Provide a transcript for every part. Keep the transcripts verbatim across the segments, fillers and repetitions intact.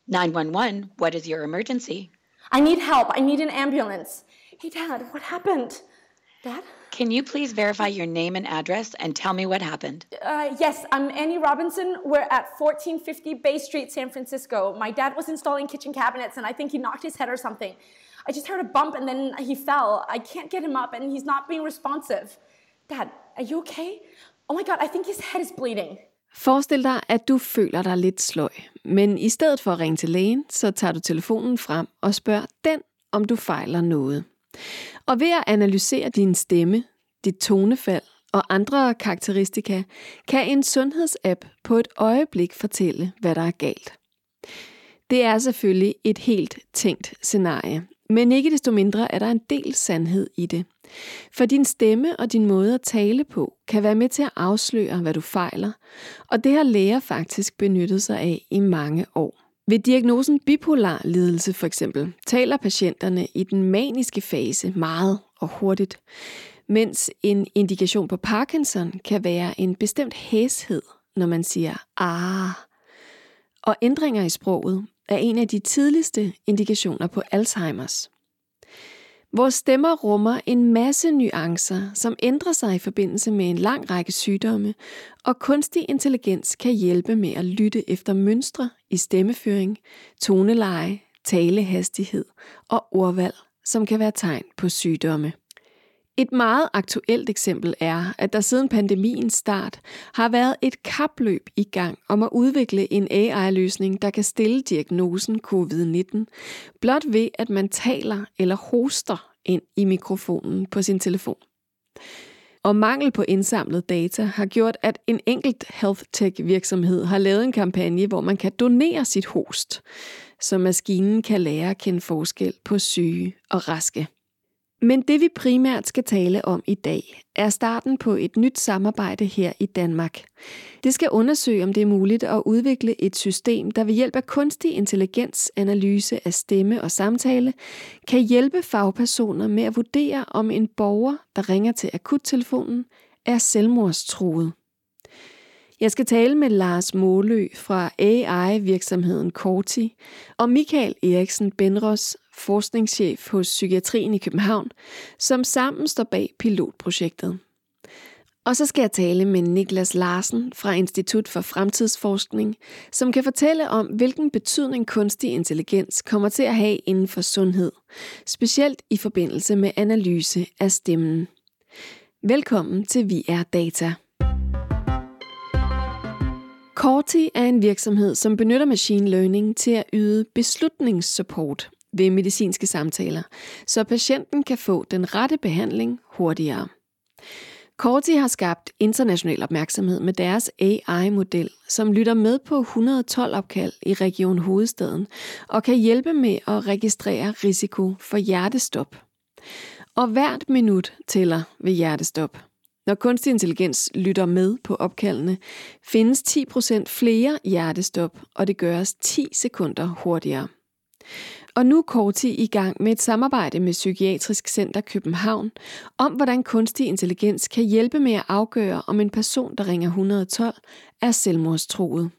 nine one one, what is your emergency? I need help. I need an ambulance. Hey, Dad, what happened? Dad? Can you please verify your name and address and tell me what happened? Uh, yes, I'm Annie Robinson. We're at fourteen fifty Bay Street, San Francisco. My dad was installing kitchen cabinets, and I think he knocked his head or something. I just heard a bump, and then he fell. I can't get him up, and he's not being responsive. Dad, are you okay? Oh my God, I think his head is bleeding. Forestil dig, at du føler dig lidt sløj, men i stedet for at ringe til lægen, så tager du telefonen frem og spørger den, om du fejler noget. Og ved at analysere din stemme, dit tonefald og andre karakteristika, kan en sundhedsapp på et øjeblik fortælle, hvad der er galt. Det er selvfølgelig et helt tænkt scenarie, men ikke desto mindre er der en del sandhed i det. For din stemme og din måde at tale på kan være med til at afsløre, hvad du fejler, og det har læger faktisk benyttet sig af i mange år. Ved diagnosen bipolar lidelse for eksempel, taler patienterne i den maniske fase meget og hurtigt, mens en indikation på Parkinson kan være en bestemt hæshed, når man siger ah. Og ændringer i sproget er en af de tidligste indikationer på Alzheimers. Vores stemmer rummer en masse nuancer, som ændrer sig i forbindelse med en lang række sygdomme, og kunstig intelligens kan hjælpe med at lytte efter mønstre i stemmeføring, toneleje, talehastighed og ordvalg, som kan være tegn på sygdomme. Et meget aktuelt eksempel er, at der siden pandemiens start har været et kapløb i gang om at udvikle en A I-løsning, der kan stille diagnosen covid nitten, blot ved at man taler eller hoster ind i mikrofonen på sin telefon. Og mangel på indsamlet data har gjort, at en enkelt health tech virksomhed har lavet en kampagne, hvor man kan donere sit host, så maskinen kan lære at kende forskel på syge og raske. Men det vi primært skal tale om i dag, er starten på et nyt samarbejde her i Danmark. Det skal undersøge, om det er muligt at udvikle et system, der ved hjælp af kunstig intelligens, analyse af stemme og samtale, kan hjælpe fagpersoner med at vurdere, om en borger, der ringer til akuttelefonen, er selvmordstruet. Jeg skal tale med Lars Målø fra A I-virksomheden Corti og Michael Eriksen Benros, forskningschef hos Psykiatrien i København, som sammen står bag pilotprojektet. Og så skal jeg tale med Niklas Larsen fra Institut for Fremtidsforskning, som kan fortælle om, hvilken betydning kunstig intelligens kommer til at have inden for sundhed, specielt i forbindelse med analyse af stemmen. Velkommen til Vi er Data. Corti er en virksomhed, som benytter machine learning til at yde beslutningssupport ved medicinske samtaler, så patienten kan få den rette behandling hurtigere. Corti har skabt international opmærksomhed med deres A I-model, som lytter med på et hundrede og tolv opkald i Region Hovedstaden og kan hjælpe med at registrere risiko for hjertestop. Og hvert minut tæller ved hjertestop. Når kunstig intelligens lytter med på opkaldene, findes ti procent flere hjertestop, og det gøres ti sekunder hurtigere. Og nu er Corti i gang med et samarbejde med Psykiatrisk Center København om, hvordan kunstig intelligens kan hjælpe med at afgøre, om en person, der ringer et hundrede og tolv, er selvmordstruet.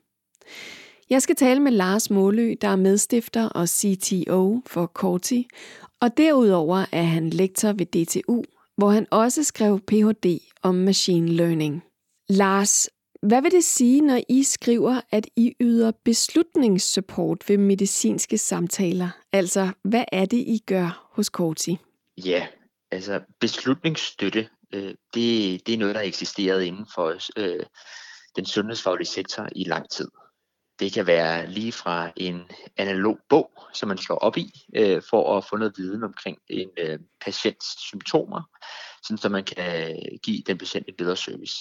Jeg skal tale med Lars Målø, der er medstifter og C T O for Corti, og derudover er han lektor ved D T U, hvor han også skrev P H D om machine learning. Lars, hvad vil det sige, når I skriver, at I yder beslutningssupport ved medicinske samtaler? Altså, hvad er det, I gør hos Corti? Ja, altså beslutningsstøtte, øh, det, det er noget, der har eksisteret inden for øh, den sundhedsfaglige sektor i lang tid. Det kan være lige fra en analog bog, som man slår op i, øh, for at få noget viden omkring en øh, patients symptomer, sådan så man kan give den patient en bedre service.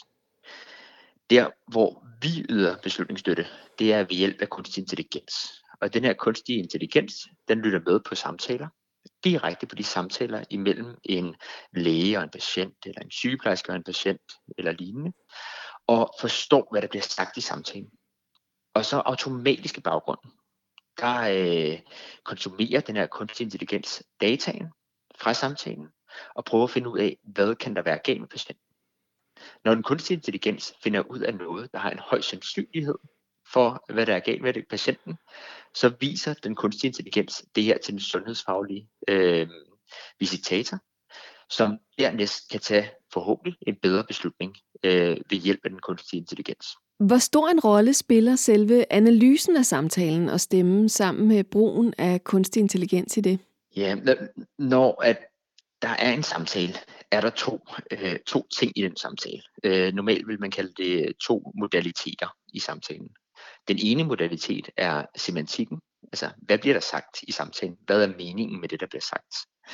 Der, hvor vi yder beslutningsstøtte, det er ved hjælp af kunstig intelligens. Og den her kunstige intelligens, den lytter med på samtaler, direkte på de samtaler imellem en læge og en patient, eller en sygeplejerske og en patient, eller lignende, og forstår, hvad der bliver sagt i samtalen. Og så automatisk i baggrunden, der øh, konsumerer den her kunstig intelligens dataen fra samtalen, og prøver at finde ud af, hvad kan der være galt med patienten. Når den kunstige intelligens finder ud af noget, der har en høj sandsynlighed for, hvad der er galt med det, patienten, så viser den kunstige intelligens det her til den sundhedsfaglige øh, visitator, som dernæst kan tage forhåbentlig en bedre beslutning øh, ved hjælp af den kunstige intelligens. Hvor stor en rolle spiller selve analysen af samtalen og stemmen sammen med brugen af kunstig intelligens i det? Ja, når at der er en samtale, er der to, øh, to ting i den samtale. Øh, normalt vil man kalde det to modaliteter i samtalen. Den ene modalitet er semantikken, altså hvad bliver der sagt i samtalen? Hvad er meningen med det, der bliver sagt?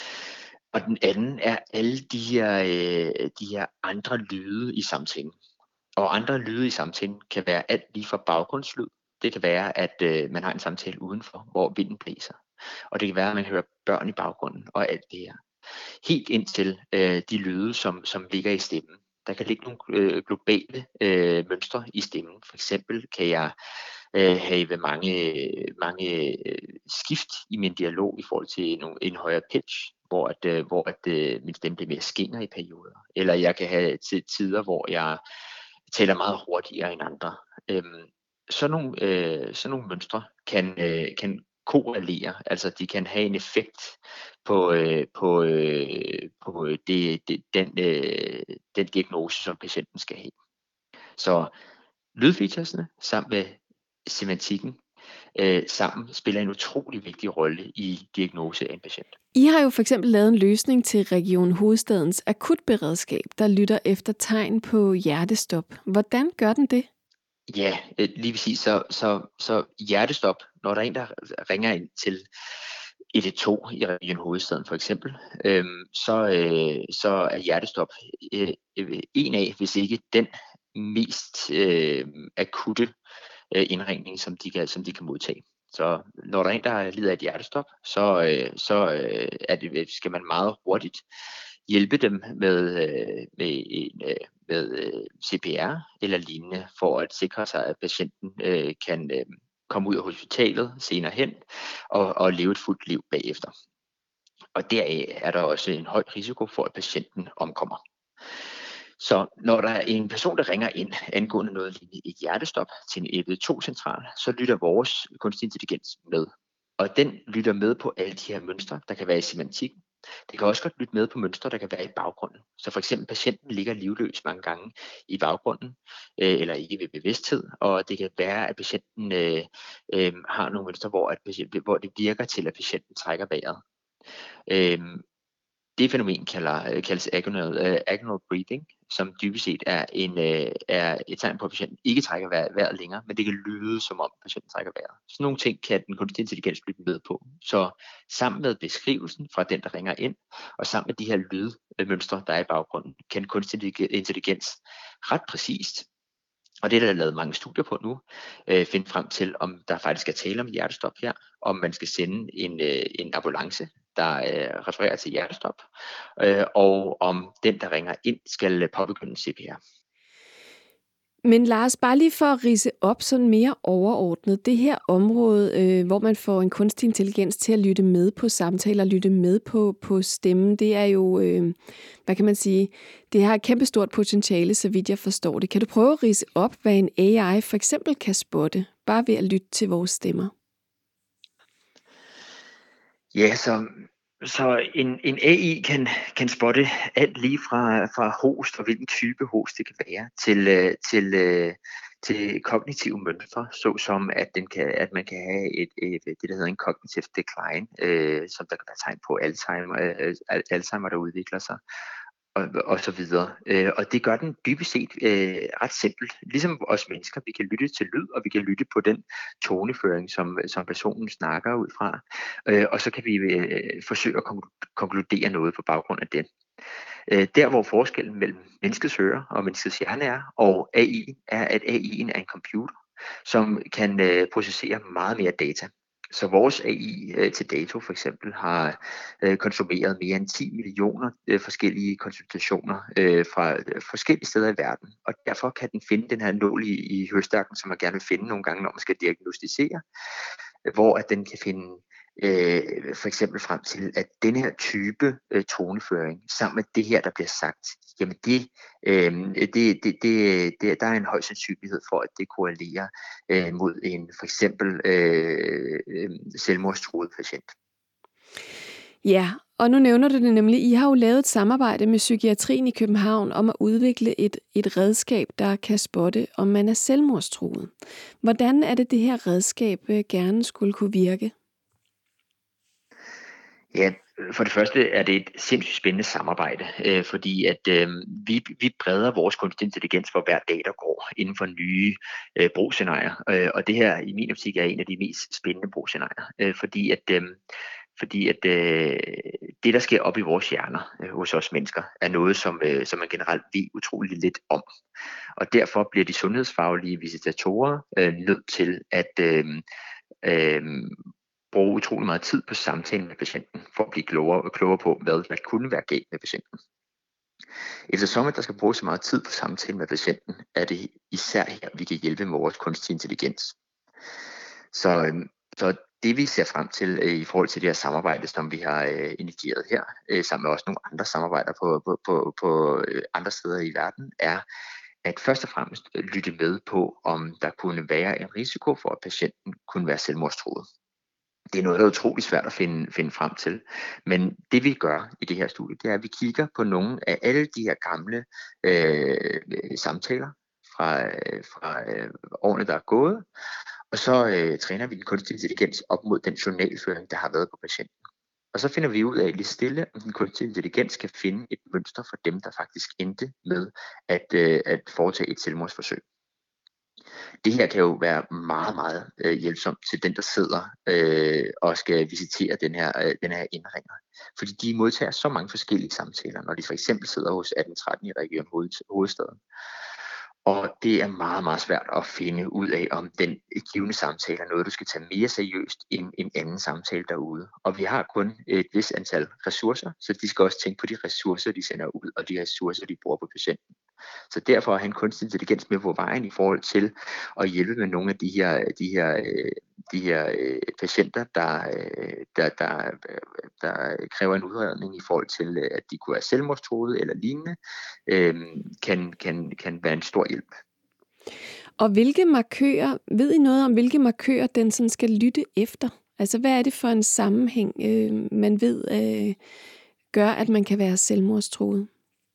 Og den anden er alle de her, øh, de her andre lyde i samtalen. Og andre lyde i samtalen kan være alt lige fra baggrundslyd. Det kan være, at øh, man har en samtale udenfor, hvor vinden blæser. Og det kan være, at man hører børn i baggrunden og alt det her. Helt indtil øh, de lyde, som, som ligger i stemmen. Der kan ligge nogle øh, globale øh, mønstre i stemmen. For eksempel kan jeg øh, have mange, mange øh, skift i min dialog i forhold til nogle, en højere pitch, hvor, at, øh, hvor at, øh, min stemme bliver mere skinger i perioder. Eller jeg kan have til tider, hvor jeg taler meget hurtigere end andre. Øhm, sådan, nogle, øh, sådan nogle mønstre kan, øh, kan korrelere, altså de kan have en effekt på, øh, på, øh, på det, det, den, øh, den diagnose, som patienten skal have. Så lydfeaturesne sammen med semantikken øh, sammen spiller en utrolig vigtig rolle i diagnose af en patient. I har jo for eksempel lavet en løsning til Region Hovedstadens akutberedskab, der lytter efter tegn på hjertestop. Hvordan gør den det? Ja, lige præcis. Så, så, så hjertestop, når der er en, der ringer ind til et et to i Region Hovedstaden for eksempel, øhm, så, øh, så er hjertestop øh, en af, hvis ikke den mest øh, akutte øh, indringning, som de, kan, som de kan modtage. Så når der er en, der lider af et hjertestop, så, øh, så øh, er det, skal man meget hurtigt hjælpe dem med, øh, med, øh, med øh, C P R eller lignende, for at sikre sig, at patienten øh, kan øh, komme ud af hospitalet senere hen og, og leve et fuldt liv bagefter. Og deraf er der også en høj risiko for, at patienten omkommer. Så når der er en person, der ringer ind angående noget lignende et hjertestop til en et et to-central, så lytter vores kunstig intelligens med. Og den lytter med på alle de her mønstre, der kan være i semantikken. Det kan også godt lytte med på mønstre, der kan være i baggrunden. Så for eksempel patienten ligger livløs mange gange i baggrunden, øh, eller ikke ved bevidsthed, og det kan være, at patienten øh, øh, har nogle mønstre, hvor, at, hvor det virker til, at patienten trækker vejret. Øh, Det fænomen kalder, kaldes agonal, uh, agonal breathing, som dybest set er, en, uh, er et tegn på, at patienten ikke trækker vejret, vejret længere, men det kan lyde, som om patienten trækker vejret. Sådan nogle ting kan den kunstige intelligens lytte med på. Så sammen med beskrivelsen fra den, der ringer ind, og sammen med de her lydmønstre, der er i baggrunden, kan den kunstige intelligens ret præcist, og det er der lavet mange studier på nu, øh, finde frem til, om der faktisk er tale om hjertestop her, om man skal sende en, øh, en ambulance, der øh, refererer til hjertestop, øh, og om den, der ringer ind, skal påbegynde C P R. Men Lars, bare lige for at ridse op sådan mere overordnet, det her område, øh, hvor man får en kunstig intelligens til at lytte med på samtaler, lytte med på, på stemmen, det er jo, øh, hvad kan man sige, det har et kæmpestort potentiale, så vidt jeg forstår det. Kan du prøve at ridse op, hvad en A I for eksempel kan spotte, bare ved at lytte til vores stemmer? Ja, så... Så en, en A I kan, kan spotte alt lige fra, fra host og hvilken type host det kan være, til, til, til kognitive mønstre, såsom at, den kan, at man kan have et, et, det, der hedder en cognitive decline, øh, som der kan være tegn på Alzheimer, øh, Alzheimer, der udvikler sig, og, og så videre. Øh, og det gør den dybest set øh, ret simpelt. Ligesom os mennesker, vi kan lytte til lyd, og vi kan lytte på den toneføring, som, som personen snakker ud fra. Øh, og så kan vi øh, forsøge at konkludere noget på baggrund af det. Øh, der hvor forskellen mellem menneskets ører og menneskets hjerne er, og A I, er, at A I'en er en computer, som kan øh, processere meget mere data. Så vores A I øh, til dato for eksempel har øh, konsumeret mere end ti millioner øh, forskellige konsultationer øh, fra øh, forskellige steder i verden. Og derfor kan den finde den her nål i, i høstakken, som man gerne vil finde nogle gange, når man skal diagnostisere, øh, hvor at den kan finde øh, for eksempel frem til, at den her type øh, toneføring, sammen med det her, der bliver sagt jamen det, øh, det, det, det, det, der er en høj sandsynlighed for, at det korrelerer øh, mod en for eksempel øh, øh, selvmordstruet patient. Ja, og nu nævner du det nemlig. I har jo lavet et samarbejde med psykiatrien i København om at udvikle et, et redskab, der kan spotte, om man er selvmordstruet. Hvordan er det, det her redskab gerne skulle kunne virke? Ja, for det første er det et sindssygt spændende samarbejde, øh, fordi at øh, vi, vi breder vores kunstig intelligens for hver dag, der går inden for nye øh, brugsscenarier. Øh, og det her i min optik er en af de mest spændende brugsscenarier, øh, fordi at, øh, fordi at øh, det, der sker op i vores hjerner øh, hos os mennesker, er noget, som, øh, som man generelt ved utrolig lidt om. Og derfor bliver de sundhedsfaglige visitatorer øh, nødt til at øh, øh, bruge utrolig meget tid på samtalen med patienten, for at blive klogere, klogere på, hvad der kunne være galt med patienten. Eftersom at der skal bruge så meget tid på samtalen med patienten, er det især her, vi kan hjælpe med vores kunstig intelligens. Så, så det vi ser frem til øh, i forhold til det her samarbejde, som vi har øh, initieret her, øh, sammen med også nogle andre samarbejder på, på, på, på øh, andre steder i verden, er at først og fremmest lytte med på, om der kunne være en risiko for, at patienten kunne være selvmordstruet. Det er noget, der er utroligt svært at finde, finde frem til. Men det vi gør i det her studie, det er, at vi kigger på nogle af alle de her gamle øh, samtaler fra, fra øh, årene, der er gået. Og så øh, træner vi den kunstige intelligens op mod den journalføring, der har været på patienten. Og så finder vi ud af lidt stille, om den kunstige intelligens kan finde et mønster for dem, der faktisk endte med at, øh, at foretage et selvmordsforsøg. Det her kan jo være meget, meget øh, hjælpsomt til den, der sidder øh, og skal visitere den her, øh, den her indringer. Fordi de modtager så mange forskellige samtaler, når de for eksempel sidder hos atten tretten i Region Hovedstaden. Og det er meget, meget svært at finde ud af, om den givne samtale er noget, du skal tage mere seriøst end en anden samtale derude. Og vi har kun et vis antal ressourcer, så de skal også tænke på de ressourcer, de sender ud, og de ressourcer, de bruger på patienten. Så derfor er han kunstig intelligens med på vejen i forhold til at hjælpe med nogle af de her, de her, de her patienter, der, der, der, der kræver en udredning i forhold til, at de kunne være selvmordstruede eller lignende, kan, kan, kan være en stor hjælp. Og hvilke markører, ved I noget om, hvilke markører den sådan skal lytte efter? Altså, hvad er det for en sammenhæng, øh, man ved øh, gør, at man kan være selvmordstruet?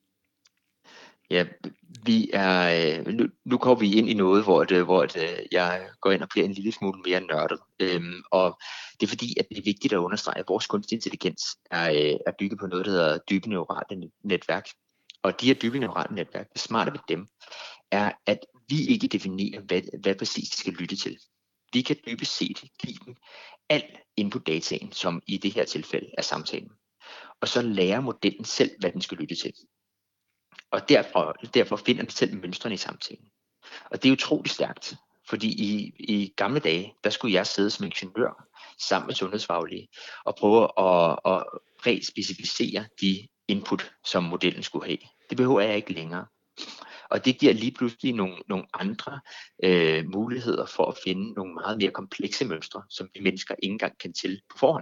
Ja, vi er, nu, nu kommer vi ind i noget, hvor, det, hvor det, jeg går ind og bliver en lille smule mere nørdet. Øhm, og det er fordi, at det er vigtigt at understrege, at vores kunstig intelligens er, er bygget på noget, der hedder dybe neurale netværk. Og de her dybe neurale netværk, det smarte ved dem, er, at vi ikke definerer, hvad, hvad præcis de skal lytte til. Vi kan dybest set give dem al input-dataen, som i det her tilfælde er samtalen. Og så lærer modellen selv, hvad den skal lytte til. Og derfor, derfor finder den selv mønstrene i samtalen. Og det er utroligt stærkt, fordi i, i gamle dage, der skulle jeg sidde som ingeniør sammen med sundhedsfaglige og prøve at, at præspecificere de input, som modellen skulle have. Det behøver jeg ikke længere. Og det giver lige pludselig nogle, nogle andre øh, muligheder for at finde nogle meget mere komplekse mønstre, som vi mennesker ikke engang kan til på forhånd.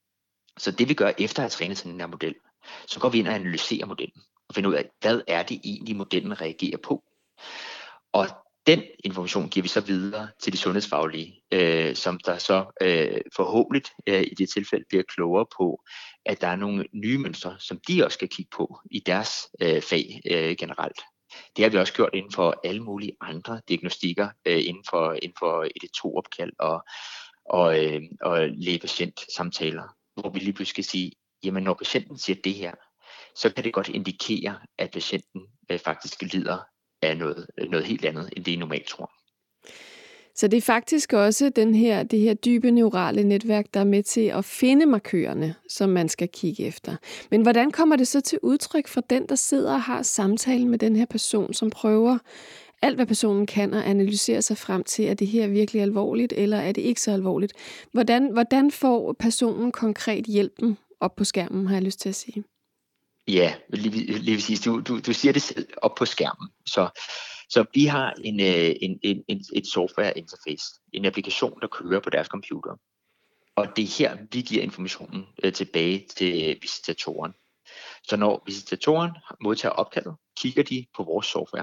Så det vi gør efter at have trænet sådan en her model, så går vi ind og analyserer modellen og finder ud af, hvad er det egentlig, modellen reagerer på. Og den information giver vi så videre til de sundhedsfaglige, øh, som der så øh, forhåbentlig øh, i det tilfælde bliver klogere på, at der er nogle nye mønstre, som de også skal kigge på i deres øh, fag øh, generelt. Det har vi også gjort inden for alle mulige andre diagnostikker, øh, inden for, inden for et et to-opkald og, og, øh, og læge-patient-samtaler, hvor vi lige pludselig skal sige, jamen når patienten siger det her, så kan det godt indikere, at patienten øh, faktisk lider af noget, noget helt andet, end det I normalt tror. Så det er faktisk også den her, det her dybe neurale netværk, der er med til at finde markørerne, som man skal kigge efter. Men hvordan kommer det så til udtryk for den, der sidder og har samtalen med den her person, som prøver alt, hvad personen kan, at analysere sig frem til, er det her virkelig alvorligt, eller er det ikke så alvorligt? Hvordan, hvordan får personen konkret hjælpen op på skærmen, har jeg lyst til at sige? Ja, lige, lige præcis. Du, du, du siger det selv op på skærmen. Så, så vi har en, en, en, en, et software interface, en applikation, der kører på deres computer. Og det er her, vi giver informationen øh, tilbage til visitatoren. Så når visitatoren modtager opkaldet, kigger de på vores software.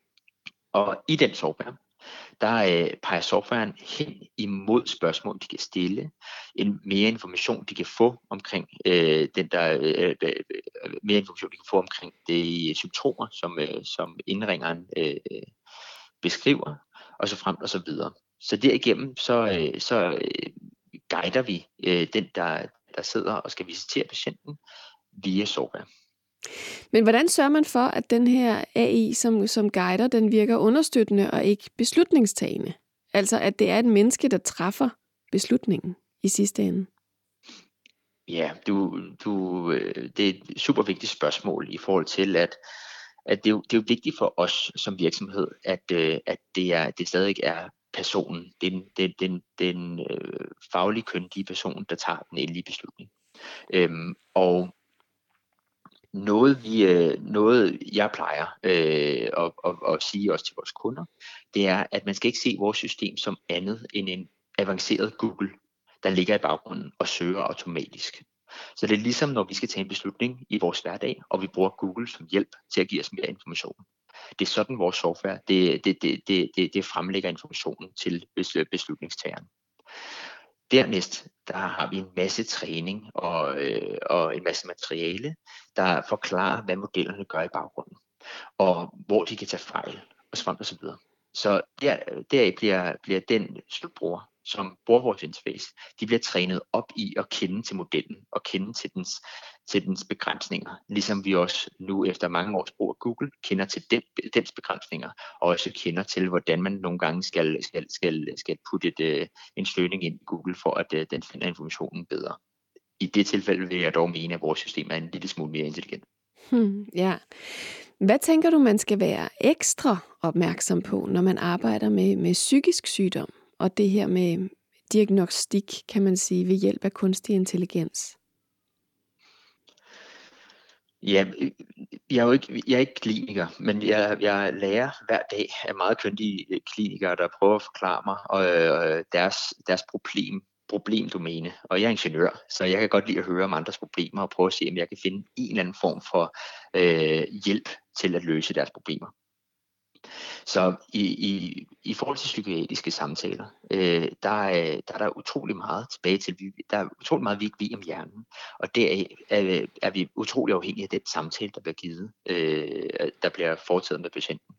Og i den software, der øh, peger softwaren hen imod spørgsmål, de kan stille, en mere information, de kan få omkring øh, den der øh, øh, mere information, de kan få omkring de symptomer, som øh, som indringeren øh, beskriver, og så frem og så videre. Så derigennem så øh, så øh, guider vi øh, den der der sidder og skal visitere patienten via software. Men hvordan sørger man for, at den her A I, som, som guider, den virker understøttende og ikke beslutningstagende? Altså, at det er et menneske, der træffer beslutningen i sidste ende? Ja, du, du, det er et super vigtigt spørgsmål i forhold til, at, at det, er jo, det er jo vigtigt for os som virksomhed, at, at det, er, det stadig er personen, den, den, den, den øh, faglige køndige person, der tager den endelige beslutning. Øhm, og Noget, vi, noget jeg plejer øh, at, at, at sige også til vores kunder, det er, at man skal ikke se vores system som andet end en avanceret Google, der ligger i baggrunden og søger automatisk. Så det er ligesom, når vi skal tage en beslutning i vores hverdag, og vi bruger Google som hjælp til at give os mere information. Det er sådan, vores software det, det, det, det, det, det fremlægger informationen til beslutningstageren. Dernæst, der har vi en masse træning og, øh, og en masse materiale, der forklarer, hvad modellerne gør i baggrunden, og hvor de kan tage fejl, og så frem og så videre. Så der, der bliver, bliver den slutbruger, som bruger vores interface, de bliver trænet op i at kende til modellen, og kende til dens, til dens begrænsninger. Ligesom vi også nu efter mange års brug af Google, kender til den, dens begrænsninger, og også kender til, hvordan man nogle gange skal, skal, skal, skal putte et, en søgning ind i Google, for at den finder informationen bedre. I det tilfælde vil jeg dog mene, at vores system er en lille smule mere intelligent. Hmm, ja. Hvad tænker du, man skal være ekstra opmærksom på, når man arbejder med, med psykisk sygdom, og det her med diagnostik, kan man sige, ved hjælp af kunstig intelligens? Ja, jeg er jo ikke, jeg er ikke kliniker, men jeg, jeg lærer hver dag af meget kyndige klinikere, der prøver at forklare mig øh, deres, deres problem, problemdomæne. Og jeg er ingeniør, så jeg kan godt lide at høre om andres problemer og prøve at se, om jeg kan finde en eller anden form for øh, hjælp til at løse deres problemer. Så i, i, i forhold til psykiatriske samtaler, øh, der, er, der er der utrolig meget tilbage til, der er utrolig meget, vi ikke ved om hjernen, og der er, er vi utrolig afhængige af den samtale, der bliver givet, øh, der bliver foretaget med patienten.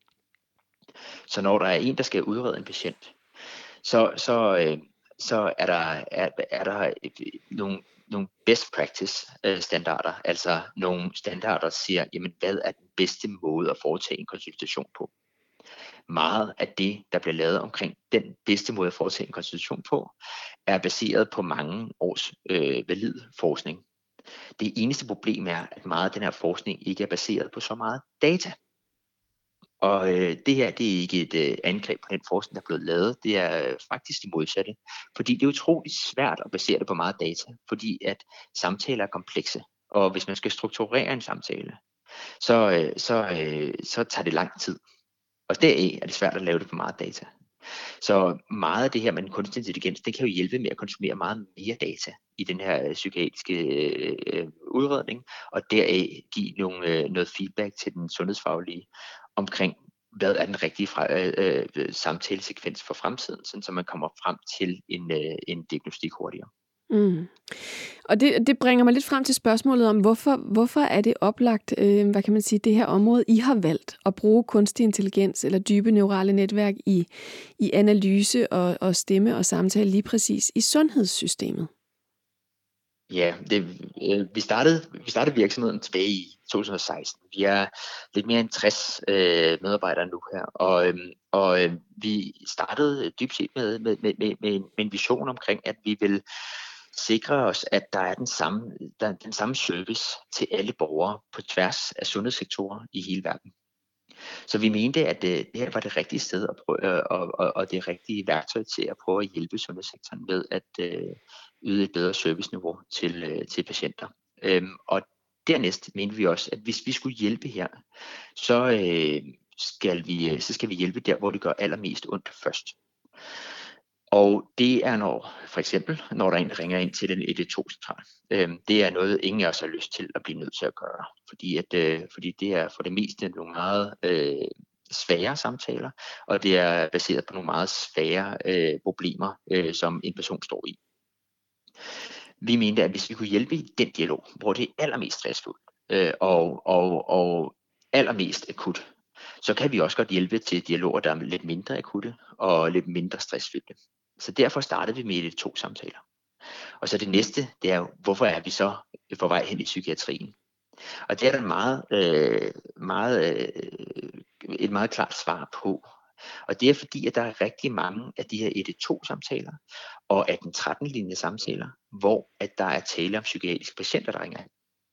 Så når der er en, der skal udrede en patient, så, så, øh, så er der, er, er der nogle, nogle best practice standarder, altså nogle standarder, der siger, jamen, hvad er den bedste måde at foretage en konsultation på. Meget af det, der bliver lavet omkring den bedste måde at foretage en konsultation på, er baseret på mange års øh, valid forskning. Det eneste problem er, at meget af den her forskning ikke er baseret på så meget data. Og øh, det her, det er ikke et øh, angreb på den forskning, der er blevet lavet. Det er faktisk det modsatte. Fordi det er utroligt svært at basere det på meget data, fordi at samtaler er komplekse. Og hvis man skal strukturere en samtale, så, øh, så, øh, så tager det lang tid. Og deraf er det svært at lave det på meget data. Så meget af det her med den kunstig intelligens, det kan jo hjælpe med at konsumere meget mere data i den her psykiatriske øh, udredning, og deraf give nogle, øh, noget feedback til den sundhedsfaglige omkring, hvad er den rigtige fra, øh, øh, samtalesekvens for fremtiden, sådan så man kommer frem til en, øh, en diagnostik hurtigere. Mm. Og det, det bringer mig lidt frem til spørgsmålet om, hvorfor, hvorfor er det oplagt, øh, hvad kan man sige, det her område, I har valgt at bruge kunstig intelligens eller dybe neurale netværk i, i analyse og, og stemme og samtale lige præcis i sundhedssystemet? Ja, det, øh, vi, startede, vi startede virksomheden tilbage i to tusind og seksten. Vi er lidt mere end tres øh, medarbejdere nu her, og, øh, og øh, vi startede dybt set med, med, med, med, med en vision omkring, at vi vil sikre os, at der er den samme, der er den samme service til alle borgere på tværs af sundhedssektorer i hele verden. Så vi mente, at det, det her var det rigtige sted at prøve, og, og, og det rigtige værktøj til at prøve at hjælpe sundhedssektoren med at øh, yde et bedre serviceniveau til, øh, til patienter. Øhm, og dernæst mente vi også, at hvis vi skulle hjælpe her, så, øh, skal vi, så skal vi hjælpe der, hvor det gør allermest ondt først. Og det er når, for eksempel, når der en ringer ind til den et et to-central. Øhm, det er noget, ingen af os har lyst til at blive nødt til at gøre, fordi, at, øh, fordi det er for det meste nogle meget øh, svære samtaler, og det er baseret på nogle meget svære øh, problemer, øh, som en person står i. Vi mente, at hvis vi kunne hjælpe i den dialog, hvor det er allermest stressfuldt øh, og, og, og allermest akut, så kan vi også godt hjælpe til dialoger, der er lidt mindre akutte og lidt mindre stressfyldte. Så derfor startede vi med et et to-samtaler. Og så det næste, det er jo, hvorfor er vi så på vej hen i psykiatrien? Og det er der meget, øh, meget, øh, et meget klart svar på. Og det er fordi, at der er rigtig mange af de her et et to-samtaler og atten tretten-lignende samtaler, hvor at der er tale om psykiatriske patienter, der ringer.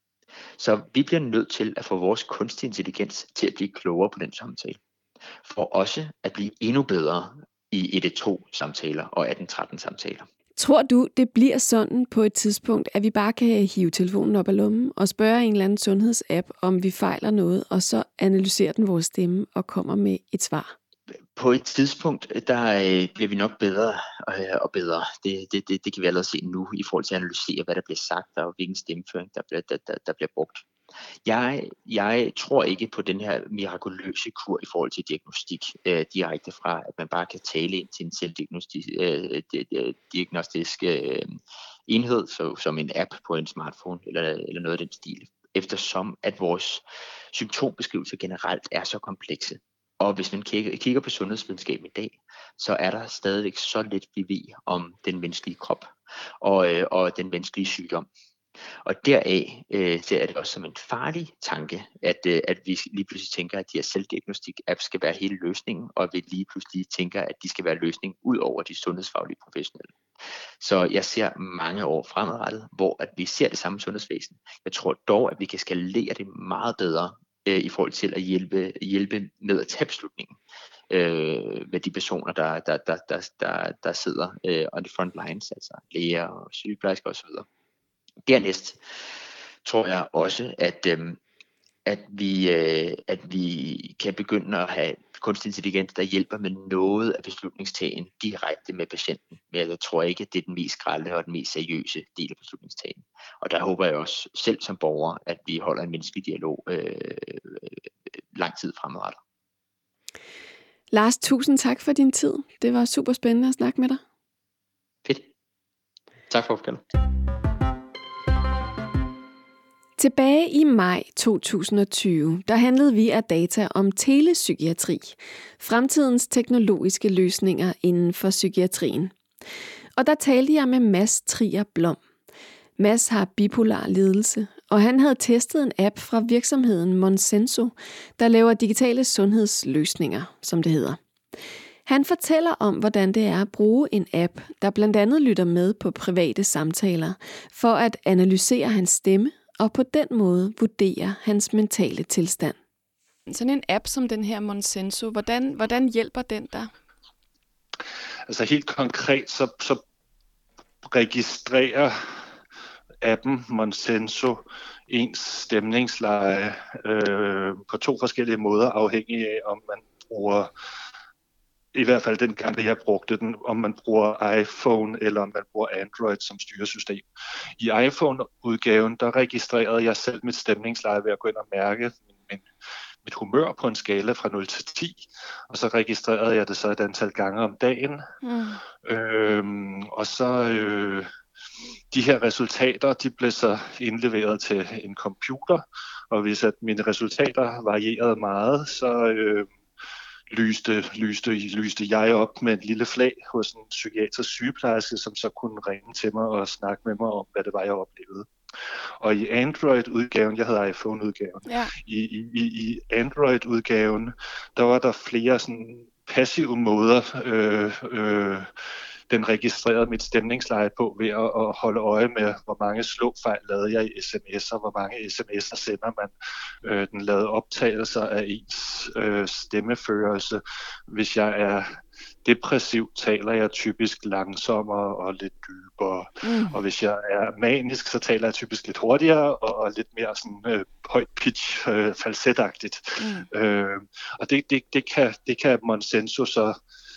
Så vi bliver nødt til at få vores kunstig intelligens til at blive klogere på den samtale. For også at blive endnu bedre i et et to-samtaler og atten tretten-samtaler. Tror du, det bliver sådan på et tidspunkt, at vi bare kan hive telefonen op af lommen og spørge en eller anden sundhedsapp, om vi fejler noget, og så analyserer den vores stemme og kommer med et svar? På et tidspunkt, der øh, bliver vi nok bedre øh, og bedre. Det, det, det, det kan vi allerede se nu i forhold til at analysere, hvad der bliver sagt og hvilken stemmeføring, der bliver, der, der, der bliver brugt. Jeg, jeg tror ikke på den her mirakuløse kur i forhold til diagnostik øh, direkte fra, at man bare kan tale ind til en selvdiagnostisk øh, diagnostisk, øh, enhed, så, som en app på en smartphone eller, eller noget af den stil. Eftersom at vores symptombeskrivelser generelt er så komplekse. Og hvis man kigger på sundhedsvidenskaben i dag, så er der stadigvæk så lidt vi ved om den menneskelige krop og, øh, og den menneskelige sygdom. Og deraf øh, ser jeg det også som en farlig tanke, at, øh, at vi lige pludselig tænker, at de her selvdiagnostik-apps skal være hele løsningen, og vi lige pludselig tænker, at de skal være løsningen ud over de sundhedsfaglige professionelle. Så jeg ser mange år fremadrettet, hvor at vi ser det samme sundhedsvæsen. Jeg tror dog, at vi kan skalere det meget bedre øh, i forhold til at hjælpe, hjælpe med at tage beslutningen øh, med de personer, der, der, der, der, der, der sidder øh, on the front lines, altså læger og sygeplejersker osv. Dernæst tror jeg også, at, øhm, at, vi, øh, at vi kan begynde at have kunstig intelligens, der hjælper med noget af beslutningstagen direkte med patienten. Men jeg tror ikke, at det er den mest grælde og den mest seriøse del af beslutningstagen. Og der håber jeg også selv som borger, at vi holder en menneskelig dialog øh, lang tid fremadrettet. Lars, tusind tak for din tid. Det var super spændende at snakke med dig. Fedt. Tak for opkaldet. Tilbage i maj to tusind og tyve, der handlede vi af data om telepsykiatri, fremtidens teknologiske løsninger inden for psykiatrien. Og der talte jeg med Mads Trier Blom. Mads har bipolar lidelse, og han havde testet en app fra virksomheden Monsenso, der laver digitale sundhedsløsninger, som det hedder. Han fortæller om, hvordan det er at bruge en app, der blandt andet lytter med på private samtaler, for at analysere hans stemme, og på den måde vurdere hans mentale tilstand. Sådan en app som den her Monsenso, hvordan, hvordan hjælper den dig? Altså helt konkret, så, så registrerer appen Monsenso ens stemningsleje øh, på to forskellige måder, afhængig af om man bruger, i hvert fald den gang, jeg brugte den, om man bruger iPhone eller om man bruger Android som styresystem. I iPhone-udgaven, der registrerede jeg selv mit stemningsleje ved at gå ind og mærke min, min, mit humør på en skala fra nul til ti, og så registrerede jeg det så et antal gange om dagen. Mm. Øhm, og så øh, de her resultater, de blev så indleveret til en computer, og hvis at mine resultater varierede meget, så øh, Lyste, lyste, lyste jeg op med en lille flag hos en psykiatrisk sygeplejerske, som så kunne ringe til mig og snakke med mig om, hvad det var, jeg oplevede. Og i Android-udgaven, jeg havde iPhone-udgaven, ja. i, i, i Android-udgaven, der var der flere sådan passive måder, øh, øh, den registrerede mit stemningsleje på ved at, at holde øje med, hvor mange slåfejl lavede jeg i sms'er, hvor mange sms'er sender man. Øh, den lavede optagelser af ens øh, stemmeførelse. Hvis jeg er depressiv, taler jeg typisk langsommere og lidt dybere. Mm. Og hvis jeg er manisk, så taler jeg typisk lidt hurtigere og, og lidt mere sådan øh, højt pitch, øh, falsetagtigt. Mm. Øh, og det, det, det, kan, det kan Monsenso så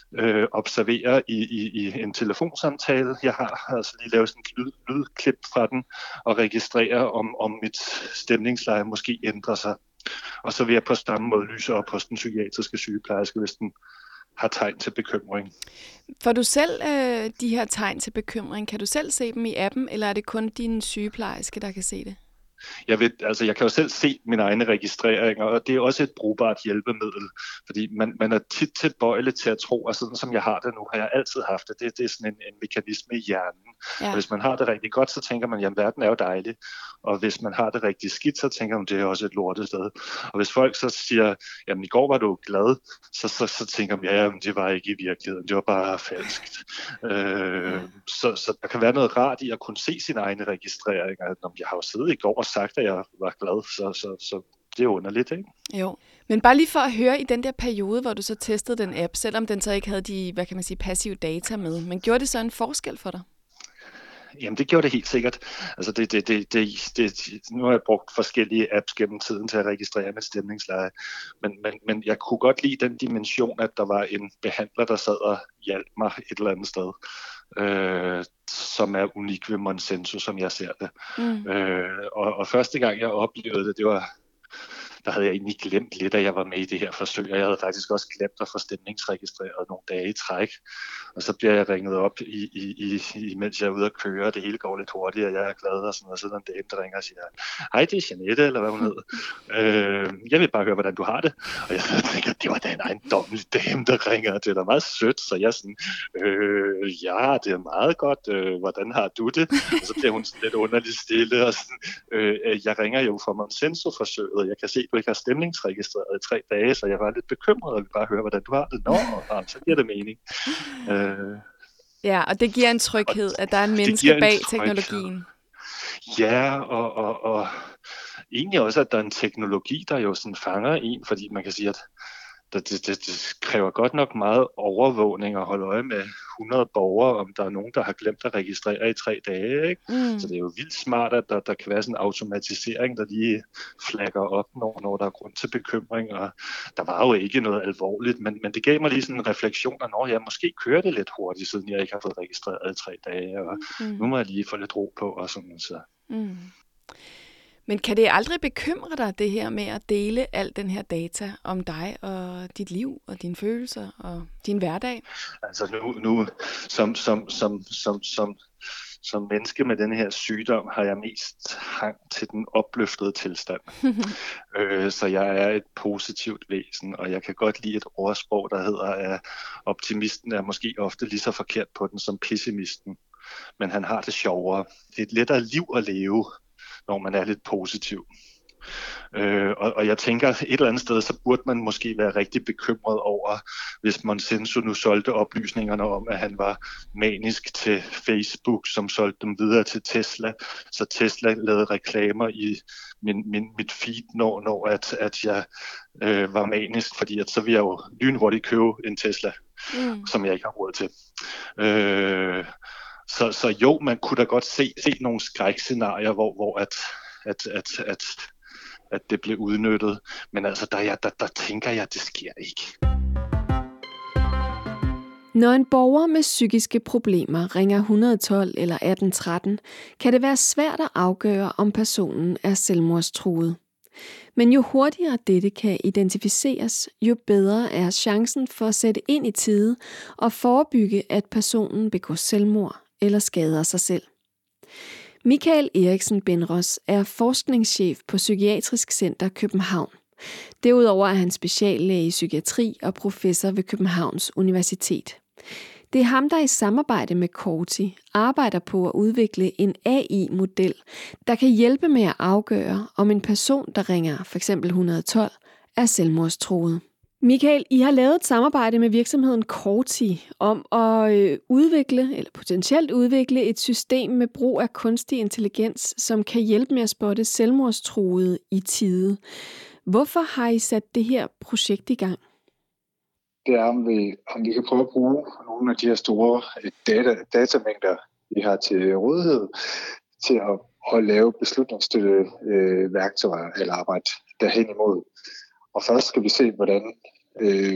øh, observere i, i, i en telefonsamtale. Jeg har altså lige lavet sådan et lyd, lydklip fra den og registrere, om, om mit stemningsleje måske ændrer sig. Og så vil jeg på samme måde lyse op hos den psykiatriske sygeplejerske, hvis den har tegn til bekymring. Får du selv øh, de her tegn til bekymring? Kan du selv se dem i appen, eller er det kun din sygeplejerske, der kan se det? Jeg, ved, altså jeg kan jo selv se mine egne registreringer, og det er også et brugbart hjælpemiddel, fordi man, man er tit tilbøjelig til at tro, og sådan som jeg har det nu, har jeg altid haft det. Det, det er sådan en, en mekanisme i hjernen. Ja. Og hvis man har det rigtig godt, så tænker man, jamen verden er jo dejlig. Og hvis man har det rigtig skidt, så tænker man, det er også et lortet sted. Og hvis folk så siger, jamen i går var du glad, så, så, så tænker man, ja, jamen, det var ikke i virkeligheden, det var bare falskt. Øh, så, så der kan være noget rart i at kunne se sine egne registreringer. Jeg har jo siddet i går og sagt, at jeg var glad, så, så, så det er underligt, ikke? Jo, men bare lige for at høre i den der periode, hvor du så testede den app, selvom den så ikke havde de, hvad kan man sige, passive data med, men gjorde det så en forskel for dig? Jamen det gjorde det helt sikkert. Altså det, det, det, det, det, nu har jeg brugt forskellige apps gennem tiden til at registrere mit stemningsleje, men, men, men jeg kunne godt lide den dimension, at der var en behandler, der sad og hjalp mig et eller andet sted, øh, som er unik ved Monsenso, som jeg ser det. Mm. Øh, og, og første gang jeg oplevede det, det var der havde jeg egentlig glemt lidt, at jeg var med i det her forsøg, og jeg havde faktisk også glemt at få stemningsregistreret nogle dage i træk. Og så bliver jeg ringet op, i, i, i, mens jeg er ude at køre, og det hele går lidt hurtigt, og jeg er glad, og sådan noget. Så er der en dame, der ringer og siger, hej, det er Jeanette, eller hvad hun hedder. øh, jeg vil bare høre, hvordan du har det. Og jeg tænker, det var da en ejendommelig dame, der ringer, det er da meget sødt. Så jeg er sådan, øh, ja, det er meget godt, øh, hvordan har du det? Og så bliver hun sådan lidt underligt stille, og sådan, øh, jeg ringer jo fra Monsenso-forsøget, jeg kan se, du ikke har stemningsregistreret i tre dage, så jeg var lidt bekymret, og vil bare høre, hvordan du har det. Nå, og så giver det mening. Øh, ja, og det giver en tryghed, at der er en menneske bag en teknologien. Ja, og, og, og egentlig også, at der er en teknologi, der jo sådan fanger en, fordi man kan sige, at det, det, det kræver godt nok meget overvågning at holde øje med hundrede borgere, om der er nogen, der har glemt at registrere i tre dage. Ikke? Mm. Så det er jo vildt smart, at der, der kan være sådan en automatisering, der lige flagger op, når, når der er grund til bekymring. Og der var jo ikke noget alvorligt, men, men det gav mig lige sådan en refleksion af, når jeg måske kører det lidt hurtigt, siden jeg ikke har fået registreret i tre dage, og mm. nu må jeg lige få lidt ro på. Og sådan, så. Mm. Men kan det aldrig bekymre dig, det her med at dele al den her data om dig og dit liv og dine følelser og din hverdag? Altså nu, nu som, som, som, som, som, som menneske med den her sygdom har jeg mest hang til den opløftede tilstand. øh, så jeg er et positivt væsen, og jeg kan godt lide et ordsprog, der hedder, at optimisten er måske ofte lige så forkert på den som pessimisten. Men han har det sjovere. Det er et lettere liv at leve, når man er lidt positiv. Øh, og, og jeg tænker, et eller andet sted, så burde man måske være rigtig bekymret over, hvis Monsenso nu solgte oplysningerne om, at han var manisk til Facebook, som solgte dem videre til Tesla. Så Tesla lavede reklamer i min, min, mit feed, når, når at, at jeg øh, var manisk, fordi at så ville jeg jo lynhurtigt købe en Tesla, mm. som jeg ikke har råd til. Øh, Så, så jo, man kunne da godt se, se nogle skrækscenarier, hvor, hvor at, at, at, at, at det blev udnyttet. Men altså, der, der, der, der tænker jeg, at det sker ikke. Når en borger med psykiske problemer ringer et hundrede og tolv eller atten tretten, kan det være svært at afgøre, om personen er selvmordstruet. Men jo hurtigere dette kan identificeres, jo bedre er chancen for at sætte ind i tide og forebygge, at personen begår selvmord eller skader sig selv. Michael Eriksen Benros er forskningschef på Psykiatrisk Center København. Derudover er han speciallæge i psykiatri og professor ved Københavns Universitet. Det er ham, der i samarbejde med Corti arbejder på at udvikle en A I-model, der kan hjælpe med at afgøre, om en person, der ringer for eksempel et hundrede og tolv, er selvmordstruet. Michael, I har lavet et samarbejde med virksomheden Corti om at udvikle, eller potentielt udvikle, et system med brug af kunstig intelligens, som kan hjælpe med at spotte selvmordstruede i tide. Hvorfor har I sat det her projekt i gang? Det er, om vi, om vi kan prøve at bruge nogle af de her store data, datamængder, vi har til rådighed, til at, at lave beslutningsstøtte øh, værktøjer eller arbejde derhen imod. Og først skal vi se, hvordan øh,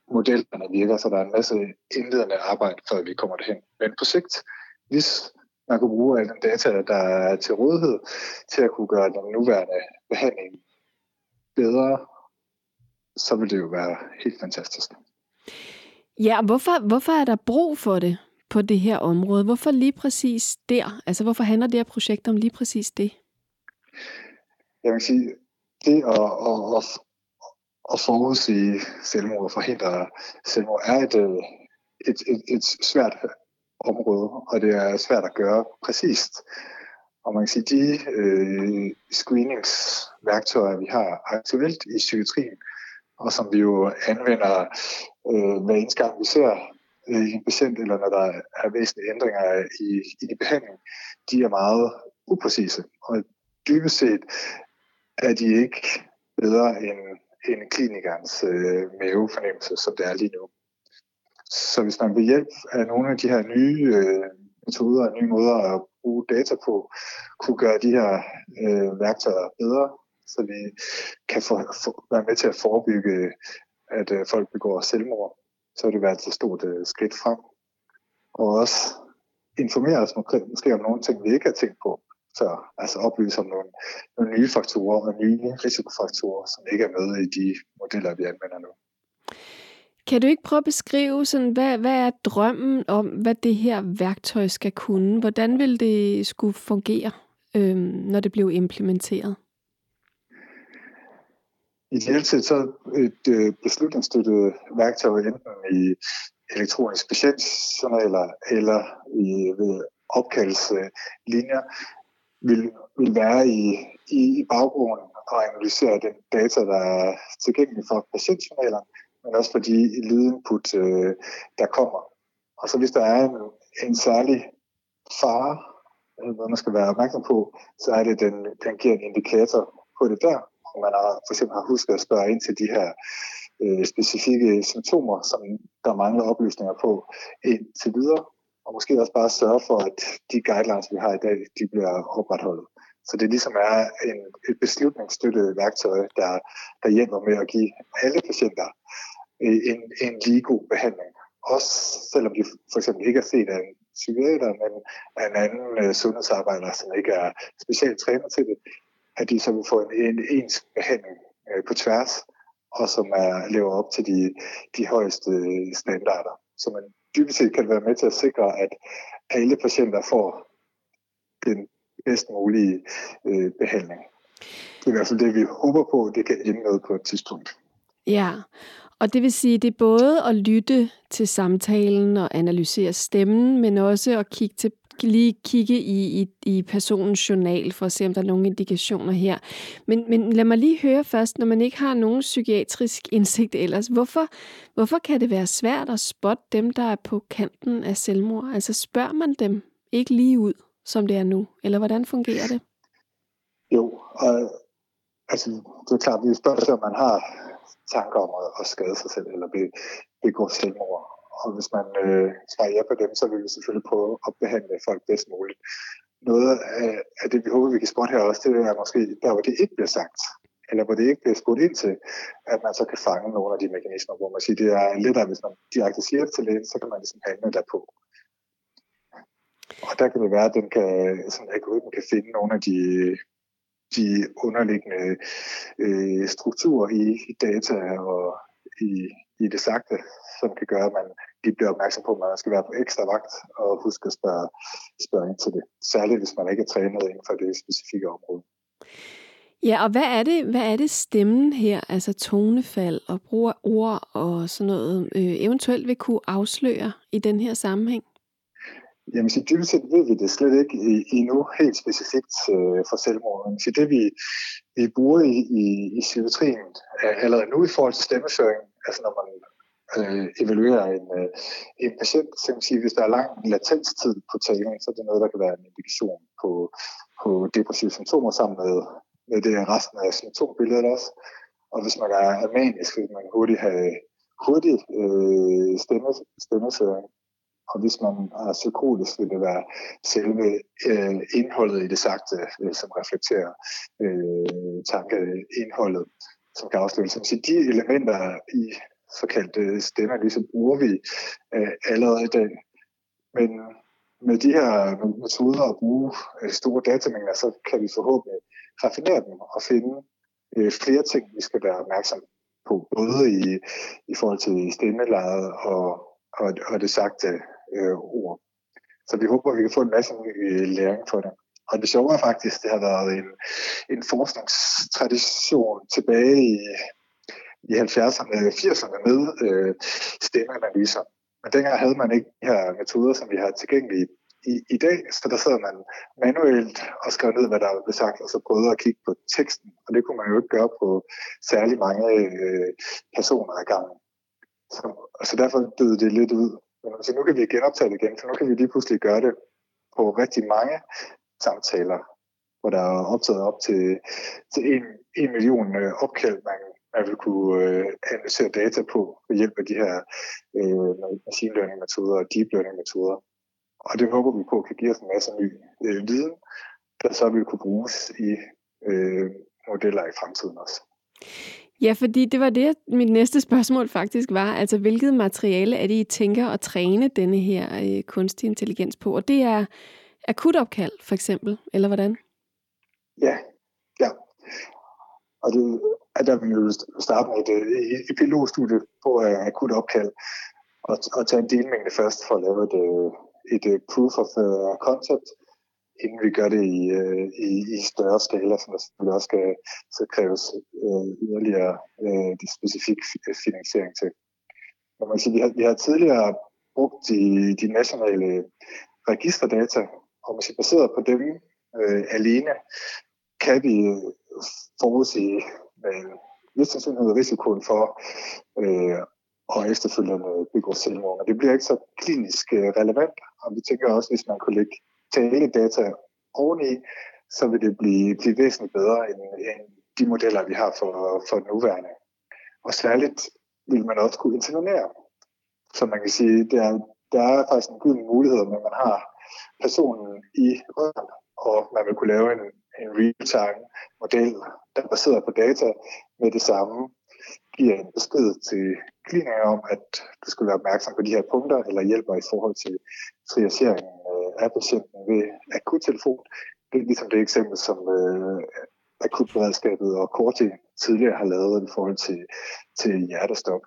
modellerne virker, så der er en masse indledende arbejde, før vi kommer derhen. Men på sigt, hvis man kunne bruge al den data, der er til rådighed, til at kunne gøre den nuværende behandling bedre, så vil det jo være helt fantastisk. Ja, og hvorfor, hvorfor er der brug for det på det her område? Hvorfor lige præcis der? Altså, hvorfor handler det her projekt om lige præcis det? Jeg vil sige, det at, at, at, at forudsige selvmord og forhindre selvmord er et, et, et, et svært område, og det er svært at gøre præcist. Og man kan sige, de øh, screeningsværktøjer, vi har aktuelt i psykiatrien, og som vi jo anvender øh, hver eneste gang, vi ser øh, en patient, eller når der er væsentlige ændringer i, i behandling, de er meget upræcise. Og dybest set er de ikke bedre end, end klinikernes øh, mavefornemmelse, som det er lige nu. Så hvis man ved hjælp af nogle af de her nye øh, metoder og nye måder at bruge data på, kunne gøre de her øh, værktøjer bedre, så vi kan for, for, være med til at forebygge, at øh, folk begår selvmord, så vil det være et stort øh, skridt frem. Og også informere os måske om nogle ting, vi ikke har tænkt på før. Altså oplyse om nogle, nogle nye faktorer og nye risikofaktorer, som ikke er med i de modeller, vi anvender nu. Kan du ikke prøve at beskrive, sådan, hvad, hvad er drømmen om, hvad det her værktøj skal kunne? Hvordan vil det skulle fungere, øhm, når det bliver implementeret? Ideelt set så et øh, beslutningsstøttet værktøj, enten i elektroniske patientjournaler eller i ved opkaldelseslinjer, vil, vil være i, i, i baggrunden og analysere den data, der er tilgængelig for patientjournalerne, men også for de lydinput, øh, der kommer. Og så hvis der er en, en særlig fare, hvad man skal være opmærksom på, så er det, den, den giver en indikator på det der. Og man har for eksempel har husket at spørge ind til de her øh, specifikke symptomer, som der mangler oplysninger på indtil videre. Og måske også bare sørge for, at de guidelines, vi har i dag, de bliver opretholdet. Så det ligesom er en, et beslutningsstøttet værktøj, der, der hjælper med at give alle patienter en, en lige god behandling. Også selvom de for eksempel ikke er set af en psykiater, men af en anden uh, sundhedsarbejder, som ikke er specielt trænet til det, at de så vil få en, en ens behandling uh, på tværs, og som er, lever op til de, de højeste standarder. Så man dybest set kan være med til at sikre, at alle patienter får den bedst mulige uh, behandling. Det er i hvert fald det, vi håber på, det kan ende noget på et tidspunkt. Ja, og det vil sige, det er både at lytte til samtalen og analysere stemmen, men også at kigge til, lige kigge i, i, i personens journal for at se, om der er nogle indikationer her. Men, men lad mig lige høre først, når man ikke har nogen psykiatrisk indsigt ellers, hvorfor, hvorfor kan det være svært at spotte dem, der er på kanten af selvmord? Altså spørger man dem ikke lige ud, som det er nu? Eller hvordan fungerer det? Jo, og altså, det er klart, vi spørger, om man har tanker om at, at skade sig selv eller be, begå selvmord. Og hvis man øh, svarer ja på dem, så vil vi selvfølgelig prøve at behandle folk bedst muligt. Noget af, af det, vi håber, vi kan spotte her også, det er måske der, hvor det ikke bliver sagt, eller hvor det ikke bliver spurgt ind til, at man så kan fange nogle af de mekanismer, hvor man siger, det er lettere, hvis man direkte siger det til lægen, så kan man ligesom handle derpå. Og der kan det være, at den kan, sådan, algoritmen kan finde nogle af de de underliggende øh, strukturer i, i data og i, i det sagte, som kan gøre, at man lige bliver opmærksom på, at man skal være på ekstra vagt og huske at spørge, spørge ind til det. Særligt hvis man ikke er trænet inden for det specifikke område. Ja, og hvad er det, hvad er det stemmen her, altså tonefald og brug af ord og sådan noget, øh, eventuelt vil kunne afsløre i den her sammenhæng? Jamen, så dybest set ved vi det slet ikke endnu helt specifikt øh, for selvmord. Men det vi, vi bruger i, i, i psykiatrien allerede nu i forhold til stemmeføring, altså når man øh, evaluerer en, øh, en patient, så kan man sige, hvis der er lang latenstid på talen, så er det noget, der kan være en indikation på, på depressive symptomer sammen med, med det resten af symptombilledet også. Og hvis man er manisk, vil man hurtigt have hurtig øh, stemme, stemmeføring. Og hvis man er psykotisk, vil det være selve øh, indholdet i det sagte, øh, som reflekterer øh, tankeindholdet, som kan afsløre. Så de elementer i såkaldte stemmeanalyse bruger vi øh, allerede i dag. Men med de her metoder at bruge øh, store datamængder, så kan vi forhåbentlig raffinere dem og finde øh, flere ting, vi skal være opmærksom på, både i, i forhold til stemmelejet og, og, og det sagte øh, ord. Så vi håber, at vi kan få en masse øh, læring for det. Og det sjove er faktisk, det har været en, en forskningstradition tilbage i, i halvfjerdserne og firserne med øh, stemmeanalyser. Men dengang havde man ikke de her metoder, som vi har tilgængelige i, i dag, så der sad man manuelt og skrev ned, hvad der blev sagt, og så prøvede at kigge på teksten. Og det kunne man jo ikke gøre på særlig mange øh, personer ad gangen. Så, så derfor døde det lidt ud. Men så nu kan vi genoptage det igen, for nu kan vi lige pludselig gøre det på rigtig mange samtaler, hvor der er optaget op til, til en, en million øh, opkald, man, man vil kunne øh, analysere data på ved hjælp af de her øh, machine learning metoder og deep learning metoder. Og det håber vi på kan give os en masse ny øh, viden, der så vil kunne bruges i øh, modeller i fremtiden også. Ja, fordi det var det, mit næste spørgsmål faktisk var. Altså, hvilket materiale er det, I tænker at træne denne her øh, kunstig intelligens på? Og det er akutopkald, for eksempel, eller hvordan? Ja, ja. Og det, at der vil jo starte med et, et pilotstudie på uh, akutopkald, og, og tage en delmængde først for at lave et, et, et proof of uh, concept, inden vi gør det i, uh, i, i større skala, som der selvfølgelig også skal så kræves uh, yderligere uh, de specifikke finansiering til. Men man siger, vi, har, vi har tidligere brugt de, de nationale registerdata, og man siger, baseret på dem uh, alene, kan vi forudsige med vis sandsynlighed risikoen for øh, og efterfølgende begå selvmord. Men det bliver ikke så klinisk relevant, og vi tænker også, hvis man kunne lægge taledata oveni, så vil det blive, blive væsentligt bedre end, end de modeller, vi har for, for nuværende. Og særligt vil man også kunne intervenere. Så man kan sige, der er, der er faktisk en gylden mulighed, når man har personen i røven, og man vil kunne lave en en real-time model, der er baseret på data med det samme, giver en besked til klinikere om, at du skal være opmærksom på de her punkter, eller hjælper i forhold til triageringen af patienten ved akuttelefon. Det er ligesom det eksempel, som øh, akutberedskabet og Korti tidligere har lavet i forhold til, til hjertestop.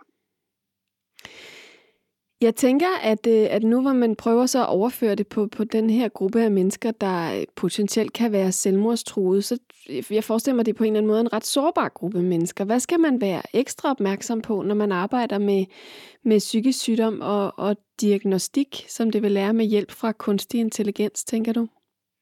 Jeg tænker, at, at nu hvor man prøver så at overføre det på, på den her gruppe af mennesker, der potentielt kan være selvmordstruede, så jeg forestiller mig, at det er på en eller anden måde en ret sårbar gruppe mennesker. Hvad skal man være ekstra opmærksom på, når man arbejder med, med psykisk sygdom og, og diagnostik, som det vil lære med hjælp fra kunstig intelligens, tænker du?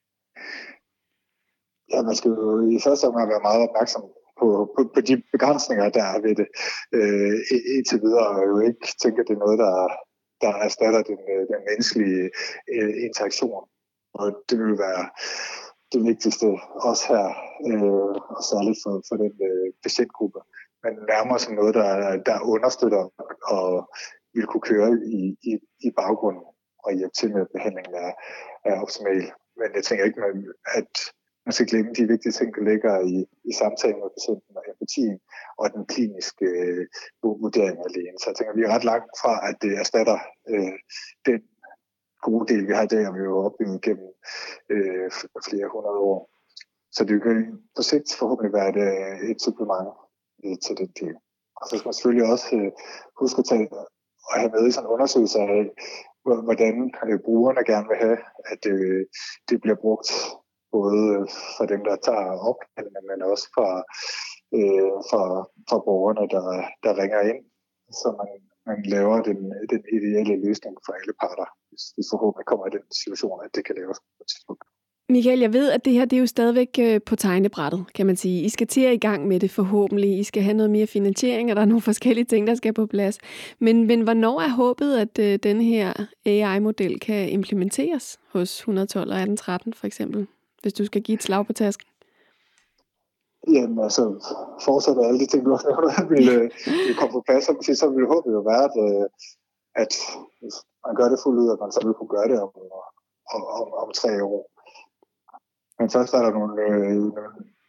Ja, man skal jo i første omgang være meget opmærksom På, på, på de begrænsninger, der er ved det øh, indtil videre, og jo ikke tænke, at det er noget, der, der erstatter den, den menneskelige øh, interaktion. Og det vil være det vigtigste også her, øh, og særligt for, for den øh, patientgruppe. Men nærmere som noget, der, der understøtter og vil kunne køre i, i, i baggrunden og hjælpe til med, at behandlingen er, er optimal. Men jeg tænker ikke, at man skal glemme de vigtige ting, der ligger i, i samtalen med patienten og empatien og den kliniske øh, vurdering alene. Så jeg tænker, vi er ret langt fra, at det erstatter øh, den gode del, vi har i dag, og vi har opbygget gennem øh, flere hundrede år. Så det kan på sigt forhåbentlig være et, et supplement øh, til den del. Og så skal man selvfølgelig også øh, huske at tage og have med i sådan en undersøgelse af, hvordan øh, brugerne gerne vil have, at øh, det bliver brugt, både for dem, der tager opkaldene, men også for, øh, for, for borgerne, der, der ringer ind, så man, man laver den, den ideelle løsning for alle parter, hvis vi forhåbentlig kommer i den situation, at det kan laves på et tidspunkt. Michael, jeg ved, at det her det er jo stadigvæk på tegnebrættet, kan man sige. I skal til at i gang med det forhåbentlig. I skal have noget mere finansiering, og der er nogle forskellige ting, der skal på plads. Men, men hvornår er håbet, at øh, denne her A I-model kan implementeres hos et hundrede og tolv og atten tretten for eksempel? Hvis du skal give et slag på tasken? Jamen altså, fortsat alle de ting, du også nævner, vil, vil komme på plads, så, så vil håbet jo være, at, at hvis man gør det fuldt ud, at man så vil kunne gøre det om, om, om, om tre år. Men først er der nogle, øh, nogle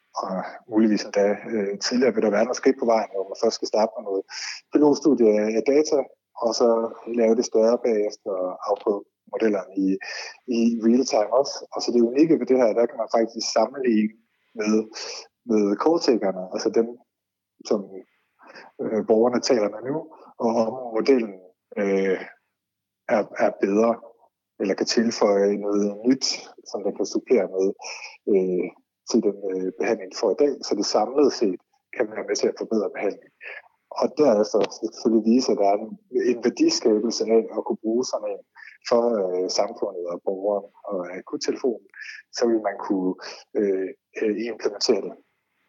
og muligvis endda øh, tidligere vil der være nogle skridt på vejen, hvor man først skal starte med noget pilotstudie af data, og så lave det større bagefter og afprøve modellerne i, i real time også. Og så det unikke ved det her, der kan man faktisk sammenligne med, med call-takerne, altså dem, som øh, borgerne taler med nu, og om modellen øh, er, er bedre, eller kan tilføje noget nyt, som den kan supplere med øh, til den øh, behandling, for i dag, så det samlet set kan være med til at forbedre behandling. Og derefter selvfølgelig vise, at der er en, en værdiskabelse af at kunne bruge sådan en for øh, samfundet og borgeren og akuttelefonen, så vil man kunne øh, implementere det.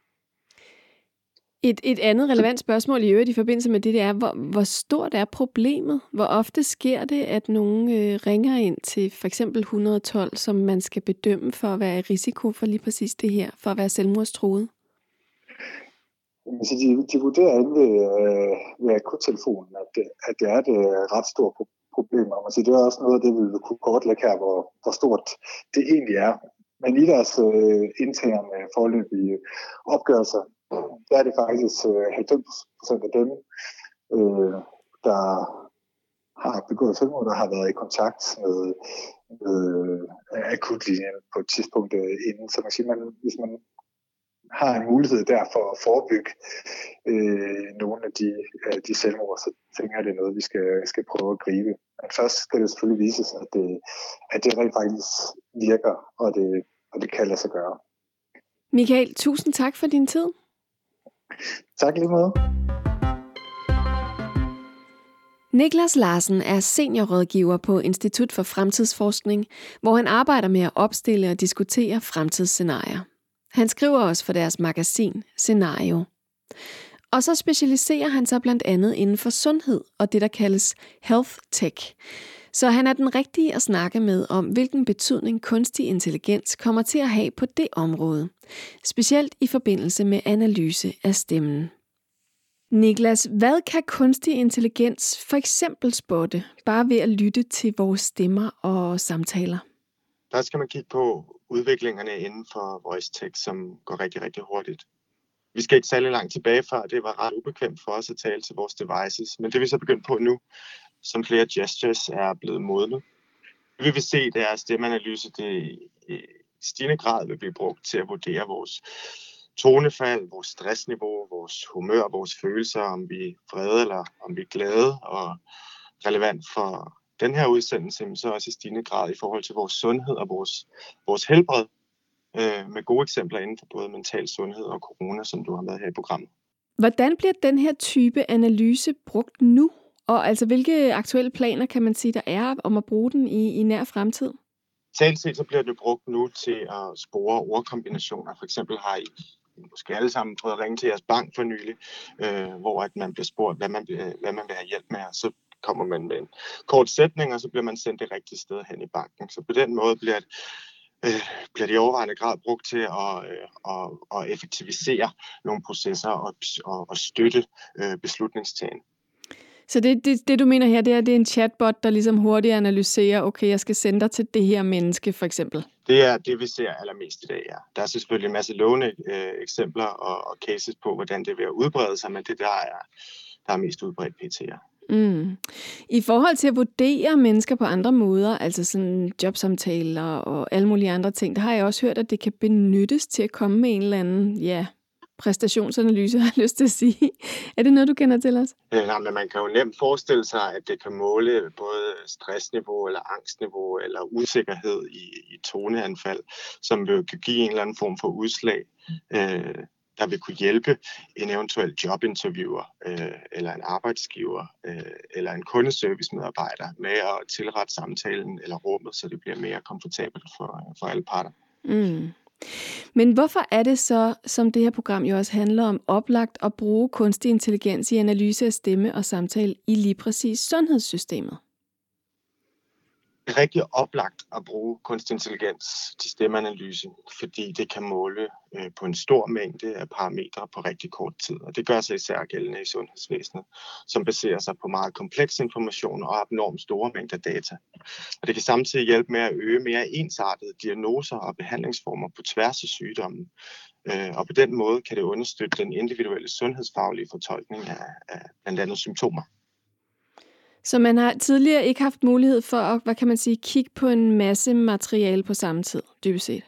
Et, et andet relevant spørgsmål i øvrigt i forbindelse med det, det er, hvor, hvor stort er problemet? Hvor ofte sker det, at nogen øh, ringer ind til for eksempel et hundrede og tolv, som man skal bedømme for at være i risiko for lige præcis det her, for at være selvmordstruet? Så de, de vurderer inde ved, øh, ved akuttelefonen, at det, at det er et ret stort problem. Og man siger, det er også noget af det, vi vil kunne kortlægge her, hvor, hvor stort det egentlig er. Men i deres øh, interne foreløbige opgørelser, der er det faktisk øh, halvfems procent af dem, øh, der har begået selvmord, der har været i kontakt med, med akutlinjen på et tidspunkt øh, inden. Så man siger, man, hvis man har en mulighed der for at forebygge øh, nogle af de, øh, de selvmord, så tænker jeg, det er noget, vi skal, skal prøve at gribe. Men først skal det selvfølgelig vises, at det, at det rent faktisk virker, og det, og det kan lade sig gøre. Michael, tusind tak for din tid. Tak lige måde. Niklas Larsen er seniorrådgiver på Institut for Fremtidsforskning, hvor han arbejder med at opstille og diskutere fremtidsscenarier. Han skriver også for deres magasin Scenario. Og så specialiserer han sig blandt andet inden for sundhed og det, der kaldes health tech. Så han er den rigtige at snakke med om, hvilken betydning kunstig intelligens kommer til at have på det område. Specielt i forbindelse med analyse af stemmen. Niklas, hvad kan kunstig intelligens for eksempel spotte, bare ved at lytte til vores stemmer og samtaler? Der skal man kigge på udviklingerne inden for voice text, som går rigtig, rigtig hurtigt. Vi skal ikke særlig langt tilbage før, det var ret ubekvemt for os at tale til vores devices, men det vi så begyndt på nu, som flere gestures er blevet modnet. Det vi vil se, det er, at stemmeanalyse det i stigende grad vil blive brugt til at vurdere vores tonefald, vores stressniveau, vores humør, vores følelser, om vi er vrede eller om vi er glade, og relevant for den her udsendelse, så også i stigende grad i forhold til vores sundhed og vores, vores helbred, øh, med gode eksempler inden for både mental sundhed og corona, som du har med her i programmet. Hvordan bliver den her type analyse brugt nu? Og altså, hvilke aktuelle planer kan man sige, der er om at bruge den i, i nær fremtid? Talt set så bliver det brugt nu til at spore ordkombinationer. For eksempel har I måske alle sammen prøvet at ringe til jeres bank for nylig, øh, hvor at man bliver spurgt, hvad man, hvad man vil have hjælp med, og så kommer man med en kort sætning, og så bliver man sendt det rigtige sted hen i banken. Så på den måde bliver det, øh, bliver det i overvejende grad brugt til at, øh, at, at effektivisere nogle processer og, og, og støtte øh, beslutningstagen. Så det, det, det, du mener her, det er, det er en chatbot, der ligesom hurtigt analyserer, okay, jeg skal sende dig til det her menneske, for eksempel? Det er det, vi ser allermest i dag, ja. Der er selvfølgelig en masse lovende øh, eksempler og, og cases på, hvordan det vil udbrede sig, men det der er, der er mest udbredt P T'er. Mm. I forhold til at vurdere mennesker på andre måder, altså sådan jobsamtaler og alle mulige andre ting, der har jeg også hørt, at det kan benyttes til at komme med en eller anden, ja, præstationsanalyse, har jeg lyst til at sige. Er det noget, du kender til os? Øh, nej, men man kan jo nemt forestille sig, at det kan måle både stressniveau eller angstniveau eller usikkerhed i, i toneanfald, som vil give en eller anden form for udslag, øh, der vil kunne hjælpe en eventuel jobinterviewer øh, eller en arbejdsgiver øh, eller en kundeservice-medarbejder med at tilrette samtalen eller rummet, så det bliver mere komfortabelt for, for alle parter. Mm. Men hvorfor er det så, som det her program jo også handler om, oplagt at bruge kunstig intelligens i analyse af stemme og samtale i lige præcis sundhedssystemet? Det er rigtig oplagt at bruge kunstig intelligens til stemmeanalyse, fordi det kan måle øh, på en stor mængde af parametre på rigtig kort tid. Og det gør sig især gældende i sundhedsvæsenet, som baserer sig på meget kompleks information og enormt store mængder data. Og det kan samtidig hjælpe med at øge mere ensartede diagnoser og behandlingsformer på tværs af sygdommen. Øh, og på den måde kan det understøtte den individuelle sundhedsfaglige fortolkning af, af blandt andet symptomer. Så man har tidligere ikke haft mulighed for at, hvad kan man sige, kigge på en masse materiale på samme tid, dybest set?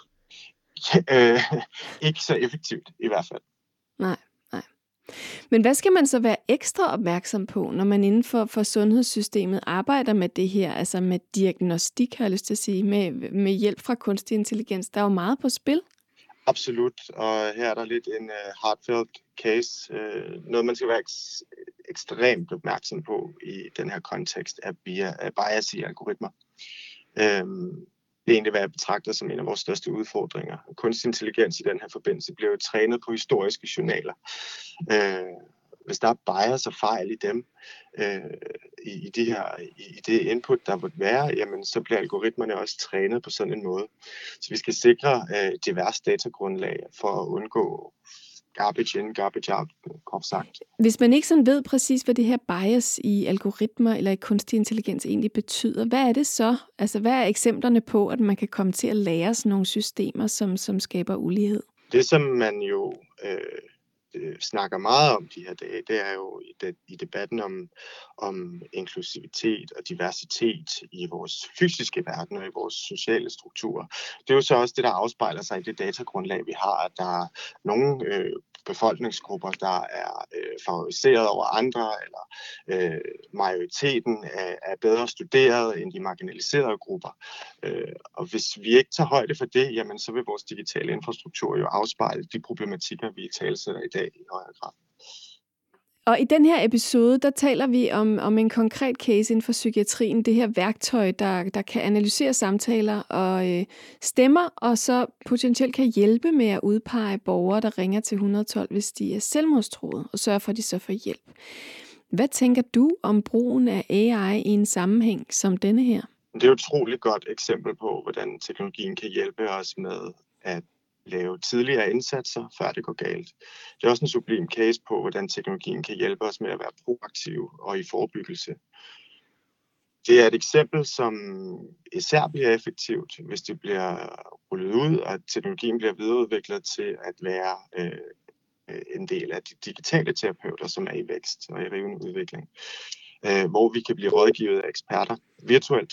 Ja, øh, ikke så effektivt i hvert fald. Nej, nej. Men hvad skal man så være ekstra opmærksom på, når man inden for, for sundhedssystemet arbejder med det her, altså med diagnostik, har jeg lyst til at sige, med, med hjælp fra kunstig intelligens? Der er jo meget på spil. Absolut, og her er der lidt en uh, heartfelt case. Uh, noget, man skal være eks- ekstremt opmærksom på i den her kontekst er bias i algoritmer. Uh, det er egentlig, hvad jeg betragter som en af vores største udfordringer. Kunstig intelligens i den her forbindelse bliver jo trænet på historiske journaler. Uh, hvis der er bias og fejl i dem, øh, i, i, de her, i, i det input, der måtte være, jamen, så bliver algoritmerne også trænet på sådan en måde. Så vi skal sikre øh, divers datagrundlag for at undgå garbage in, garbage out, kort sagt. Hvis man ikke sådan ved præcis, hvad det her bias i algoritmer eller i kunstig intelligens egentlig betyder, hvad er det så? Altså, hvad er eksemplerne på, at man kan komme til at lære sådan nogle systemer, som, som skaber ulighed? Det, som man jo øh, snakker meget om de her dage, det er jo i, det, i debatten om, om inklusivitet og diversitet i vores fysiske verden og i vores sociale strukturer. Det er jo så også det, der afspejler sig i det datagrundlag, vi har, at der er nogle øh, befolkningsgrupper, der er øh, favoriseret over andre, eller øh, majoriteten er, er bedre studeret end de marginaliserede grupper. Øh, og hvis vi ikke tager højde for det, jamen, så vil vores digitale infrastruktur jo afspejle de problematikker, vi talsætter i dag i højere grad. Og i den her episode, der taler vi om, om en konkret case inden for psykiatrien, det her værktøj, der, der kan analysere samtaler og øh, stemmer, og så potentielt kan hjælpe med at udpege borgere, der ringer til et hundrede og tolv, hvis de er selvmordstruede, og sørge for, at de så får hjælp. Hvad tænker du om brugen af A I i en sammenhæng som denne her? Det er et utroligt godt eksempel på, hvordan teknologien kan hjælpe os med at lave tidligere indsatser, før det går galt. Det er også en sublim case på, hvordan teknologien kan hjælpe os med at være proaktive og i forebyggelse. Det er et eksempel, som især bliver effektivt, hvis det bliver rullet ud, og teknologien bliver videreudviklet til at være øh, en del af de digitale terapeuter, som er i vækst og i rivende udvikling, øh, hvor vi kan blive rådgivet af eksperter virtuelt.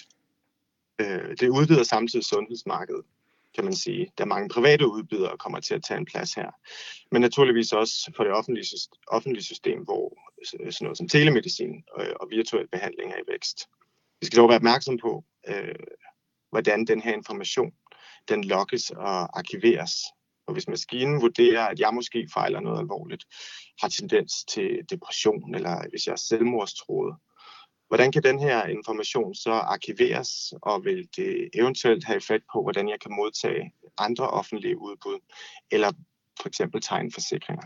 Øh, det udvider samtidig sundhedsmarkedet, kan man sige, da mange private udbydere kommer til at tage en plads her. Men naturligvis også for det offentlige, offentlige system, hvor sådan noget som telemedicin og virtuel behandling er i vækst. Vi skal dog være opmærksom på, øh, hvordan den her information, den logges og arkiveres. Og hvis maskinen vurderer, at jeg måske fejler noget alvorligt, har tendens til depression, eller hvis jeg er selvmordstruet, hvordan kan den her information så arkiveres, og vil det eventuelt have effekt på, hvordan jeg kan modtage andre offentlige udbud, eller for eksempel tegnforsikringer?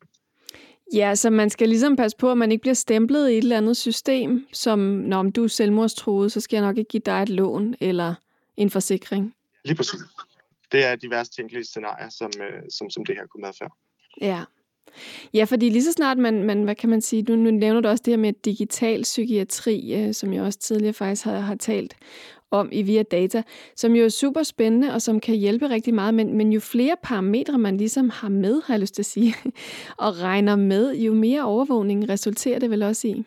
Ja, så man skal ligesom passe på, at man ikke bliver stemplet i et eller andet system, som når du er selvmordstruet, så skal jeg nok ikke give dig et lån eller en forsikring. Lige præcis. Det er diverse tænkelige scenarier, som, som, som det her kunne medføre. Ja. Ja, fordi lige så snart man, man hvad kan man sige, nu, nu nævner du også det her med digital psykiatri, øh, som jeg også tidligere faktisk har, har talt om i Via Data, som jo er super spændende og som kan hjælpe rigtig meget, men, men jo flere parametre man ligesom har med, har jeg lyst til at sige, og regner med, jo mere overvågning resulterer det vel også i.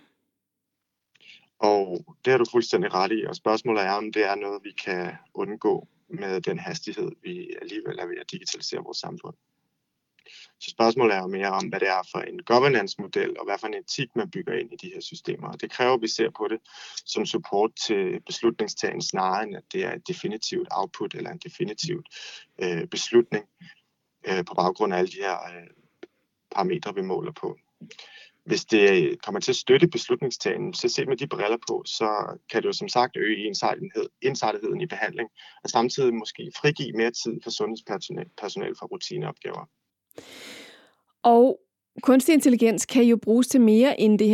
Og det har du fuldstændig ret i, og spørgsmålet er, om det er noget, vi kan undgå med den hastighed, vi alligevel er ved at digitalisere vores samfund. Så spørgsmålet er jo mere om, hvad det er for en governance-model, og hvad for en etik man bygger ind i de her systemer. Og det kræver, at vi ser på det som support til beslutningstagen, snarere end at det er et definitivt output eller en definitivt øh, beslutning øh, på baggrund af alle de her øh, parametre, vi måler på. Hvis det kommer til at støtte beslutningstagen, så set med de briller på, så kan det jo som sagt øge ensartethed, ensartetheden i behandling, og samtidig måske frigive mere tid for sundhedspersonale for rutineopgaver. Og kunstig intelligens kan jo bruges til mere end det her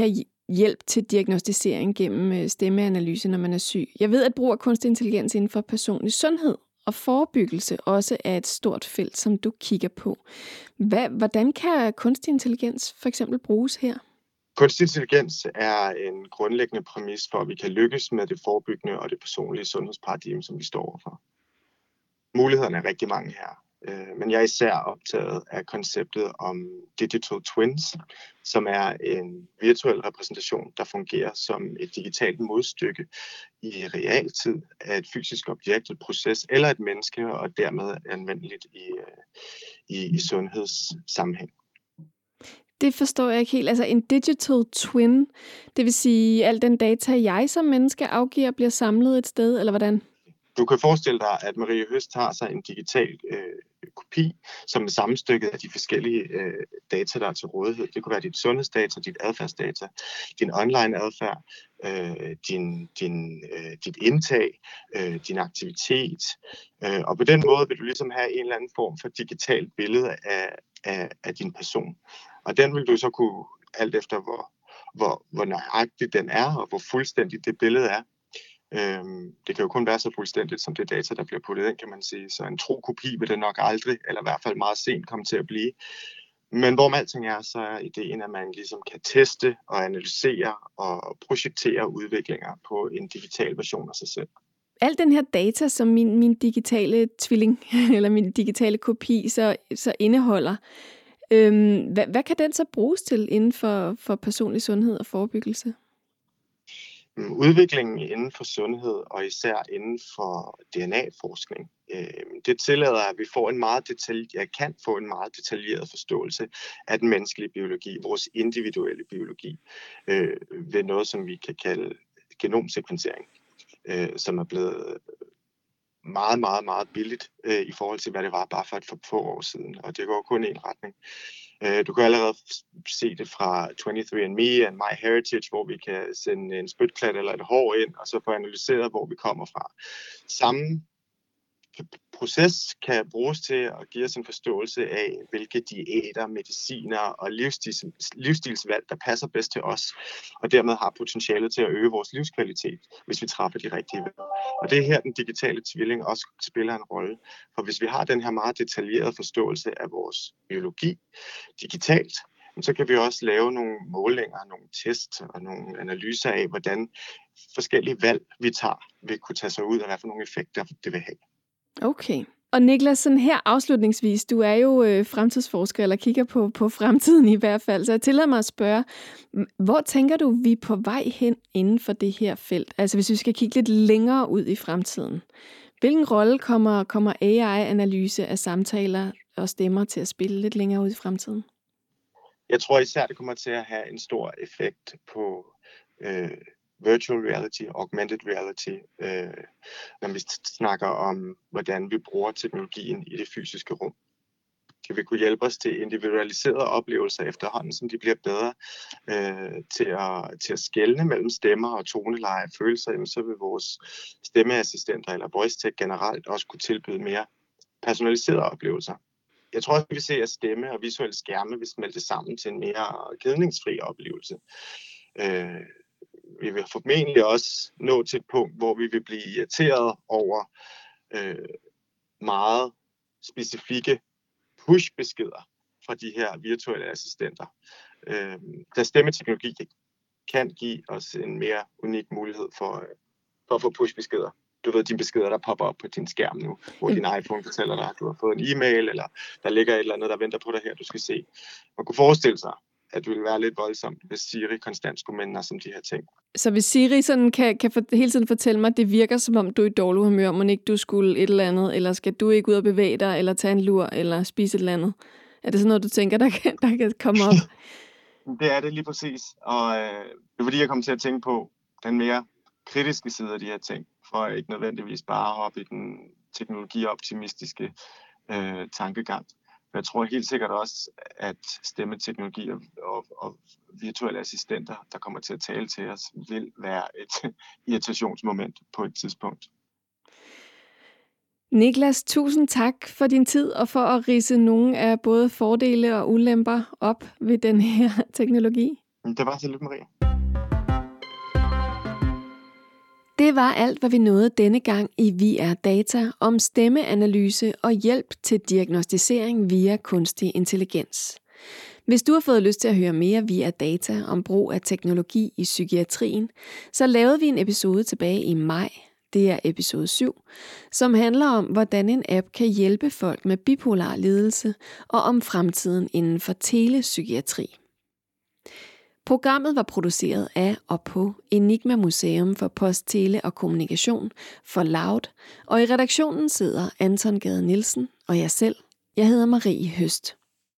hjælp til diagnostisering gennem stemmeanalyse, når man er syg. Jeg ved, at brug af kunstig intelligens inden for personlig sundhed og forebyggelse også er et stort felt, som du kigger på. Hvad, hvordan kan kunstig intelligens for eksempel bruges her? Kunstig intelligens er en grundlæggende præmis for, at vi kan lykkes med det forebyggende og det personlige sundhedsparadigme, som vi står overfor. Mulighederne er rigtig mange her, men jeg er især optaget af konceptet om digital twins, som er en virtuel repræsentation, der fungerer som et digitalt modstykke i realtid af et fysisk objekt, et proces eller et menneske, og dermed anvendeligt i, i, i sundhedssammenhæng. Det forstår jeg ikke helt. Altså en digital twin, det vil sige, al den data, jeg som menneske afgiver, bliver samlet et sted, eller hvordan? Du kan forestille dig, at Marie Høst har sig en digital øh, kopi, som er sammenstykket af de forskellige øh, data, der er til rådighed. Det kunne være dit sundhedsdata, dit adfærdsdata, din online adfærd, øh, din, din, øh, dit indtag, øh, din aktivitet. Øh, og på den måde vil du ligesom have en eller anden form for digitalt billede af, af, af din person. Og den vil du så kunne, alt efter hvor, hvor, hvor nøjagtig den er, og hvor fuldstændigt det billede er. Øhm, det kan jo kun være så fuldstændigt som det data, der bliver puttet ind, kan man sige. Så en tro kopi vil det nok aldrig, eller i hvert fald meget sent, komme til at blive. Men hvorom alting er, så er ideen, at man ligesom kan teste og analysere og projektere udviklinger på en digital version af sig selv. Al den her data, som min, min digitale tvilling, eller min digitale kopi, så, så indeholder, øhm, hvad, hvad kan den så bruges til inden for, for personlig sundhed og forebyggelse? Udviklingen inden for sundhed, og især inden for D N A-forskning, det tillader, at vi får en meget detaljeret, kan få en meget detaljeret forståelse af den menneskelige biologi, vores individuelle biologi, ved noget, som vi kan kalde genomsekventering, som er blevet meget, meget, meget billigt i forhold til, hvad det var bare for et for få år siden, og det går kun i en retning. Du kan allerede se det fra twenty-three and me og MyHeritage, hvor vi kan sende en spytklat eller et hår ind, og så få analyseret, hvor vi kommer fra. Samme proces kan bruges til at give os en forståelse af, hvilke diæter, mediciner og livsstils, livsstilsvalg, der passer bedst til os, og dermed har potentialet til at øge vores livskvalitet, hvis vi træffer de rigtige valg. Og det er her, den digitale tvilling også spiller en rolle. For hvis vi har den her meget detaljerede forståelse af vores biologi digitalt, så kan vi også lave nogle målinger, nogle tests og nogle analyser af, hvordan forskellige valg, vi tager, vil kunne tage sig ud, og hvad for nogle effekter det vil have. Okay. Og Niklas, sådan her afslutningsvis, du er jo øh, fremtidsforsker, eller kigger på, på fremtiden i hvert fald, så jeg tillader mig at spørge, hvor tænker du, vi er på vej hen inden for det her felt? Altså hvis vi skal kigge lidt længere ud i fremtiden. Hvilken rolle kommer, kommer A I-analyse af samtaler og stemmer til at spille lidt længere ud i fremtiden? Jeg tror især, det kommer til at have en stor effekt på øh, virtual reality, augmented reality, øh, når vi snakker om, hvordan vi bruger teknologien i det fysiske rum. Det vil kunne hjælpe os til individualiserede oplevelser efterhånden, som de bliver bedre øh, til, at, til at skelne mellem stemmer og toneleje og følelser, jamen, så vil vores stemmeassistenter eller voice tech generelt også kunne tilbyde mere personaliserede oplevelser. Jeg tror også, vi vil se, at stemme og visuelle skærme vil smelte sammen til en mere gnidningsfri oplevelse. Øh, vi vil formentlig også nå til et punkt, hvor vi vil blive irriteret over øh, meget specifikke push-beskeder fra de her virtuelle assistenter. Øh, da stemmeteknologi kan give os en mere unik mulighed for, for at få push-beskeder. Du ved, de beskeder, der popper op på din skærm nu, hvor din iPhone fortæller dig, at du har fået en e-mail, eller der ligger et eller andet, der venter på dig her, du skal se. Man kunne forestille sig, at det ville være lidt voldsomt, hvis Siri konstant skulle minde os om de her ting. Så hvis Siri sådan kan, kan for, hele tiden fortælle mig, at det virker som om, du er i dårlig humør, om ikke du skulle et eller andet, eller skal du ikke ud og bevæge dig, eller tage en lur, eller spise et eller andet? Er det sådan noget, du tænker, der kan, der kan komme op? Det er det lige præcis, og øh, det er fordi, jeg kom til at tænke på den mere kritiske side af de her ting, for ikke nødvendigvis bare hoppe i den teknologioptimistiske øh, tankegang. Jeg tror helt sikkert også, at stemmeteknologi og, og, og virtuelle assistenter, der kommer til at tale til os, vil være et irritationsmoment på et tidspunkt. Niklas, tusind tak for din tid og for at ridse nogle af både fordele og ulemper op ved den her teknologi. Det var så lidt, Marie. Det var alt, hvad vi nåede denne gang i Vi er Data om stemmeanalyse og hjælp til diagnostisering via kunstig intelligens. Hvis du har fået lyst til at høre mere Vi er Data om brug af teknologi i psykiatrien, så lavede vi en episode tilbage i maj, det er episode syv, som handler om, hvordan en app kan hjælpe folk med bipolar lidelse og om fremtiden inden for telepsykiatri. Programmet var produceret af og på Enigma Museum for Post, Tele og Kommunikation for Loud, og i redaktionen sidder Anton Gade Nielsen og jeg selv. Jeg hedder Marie Høst.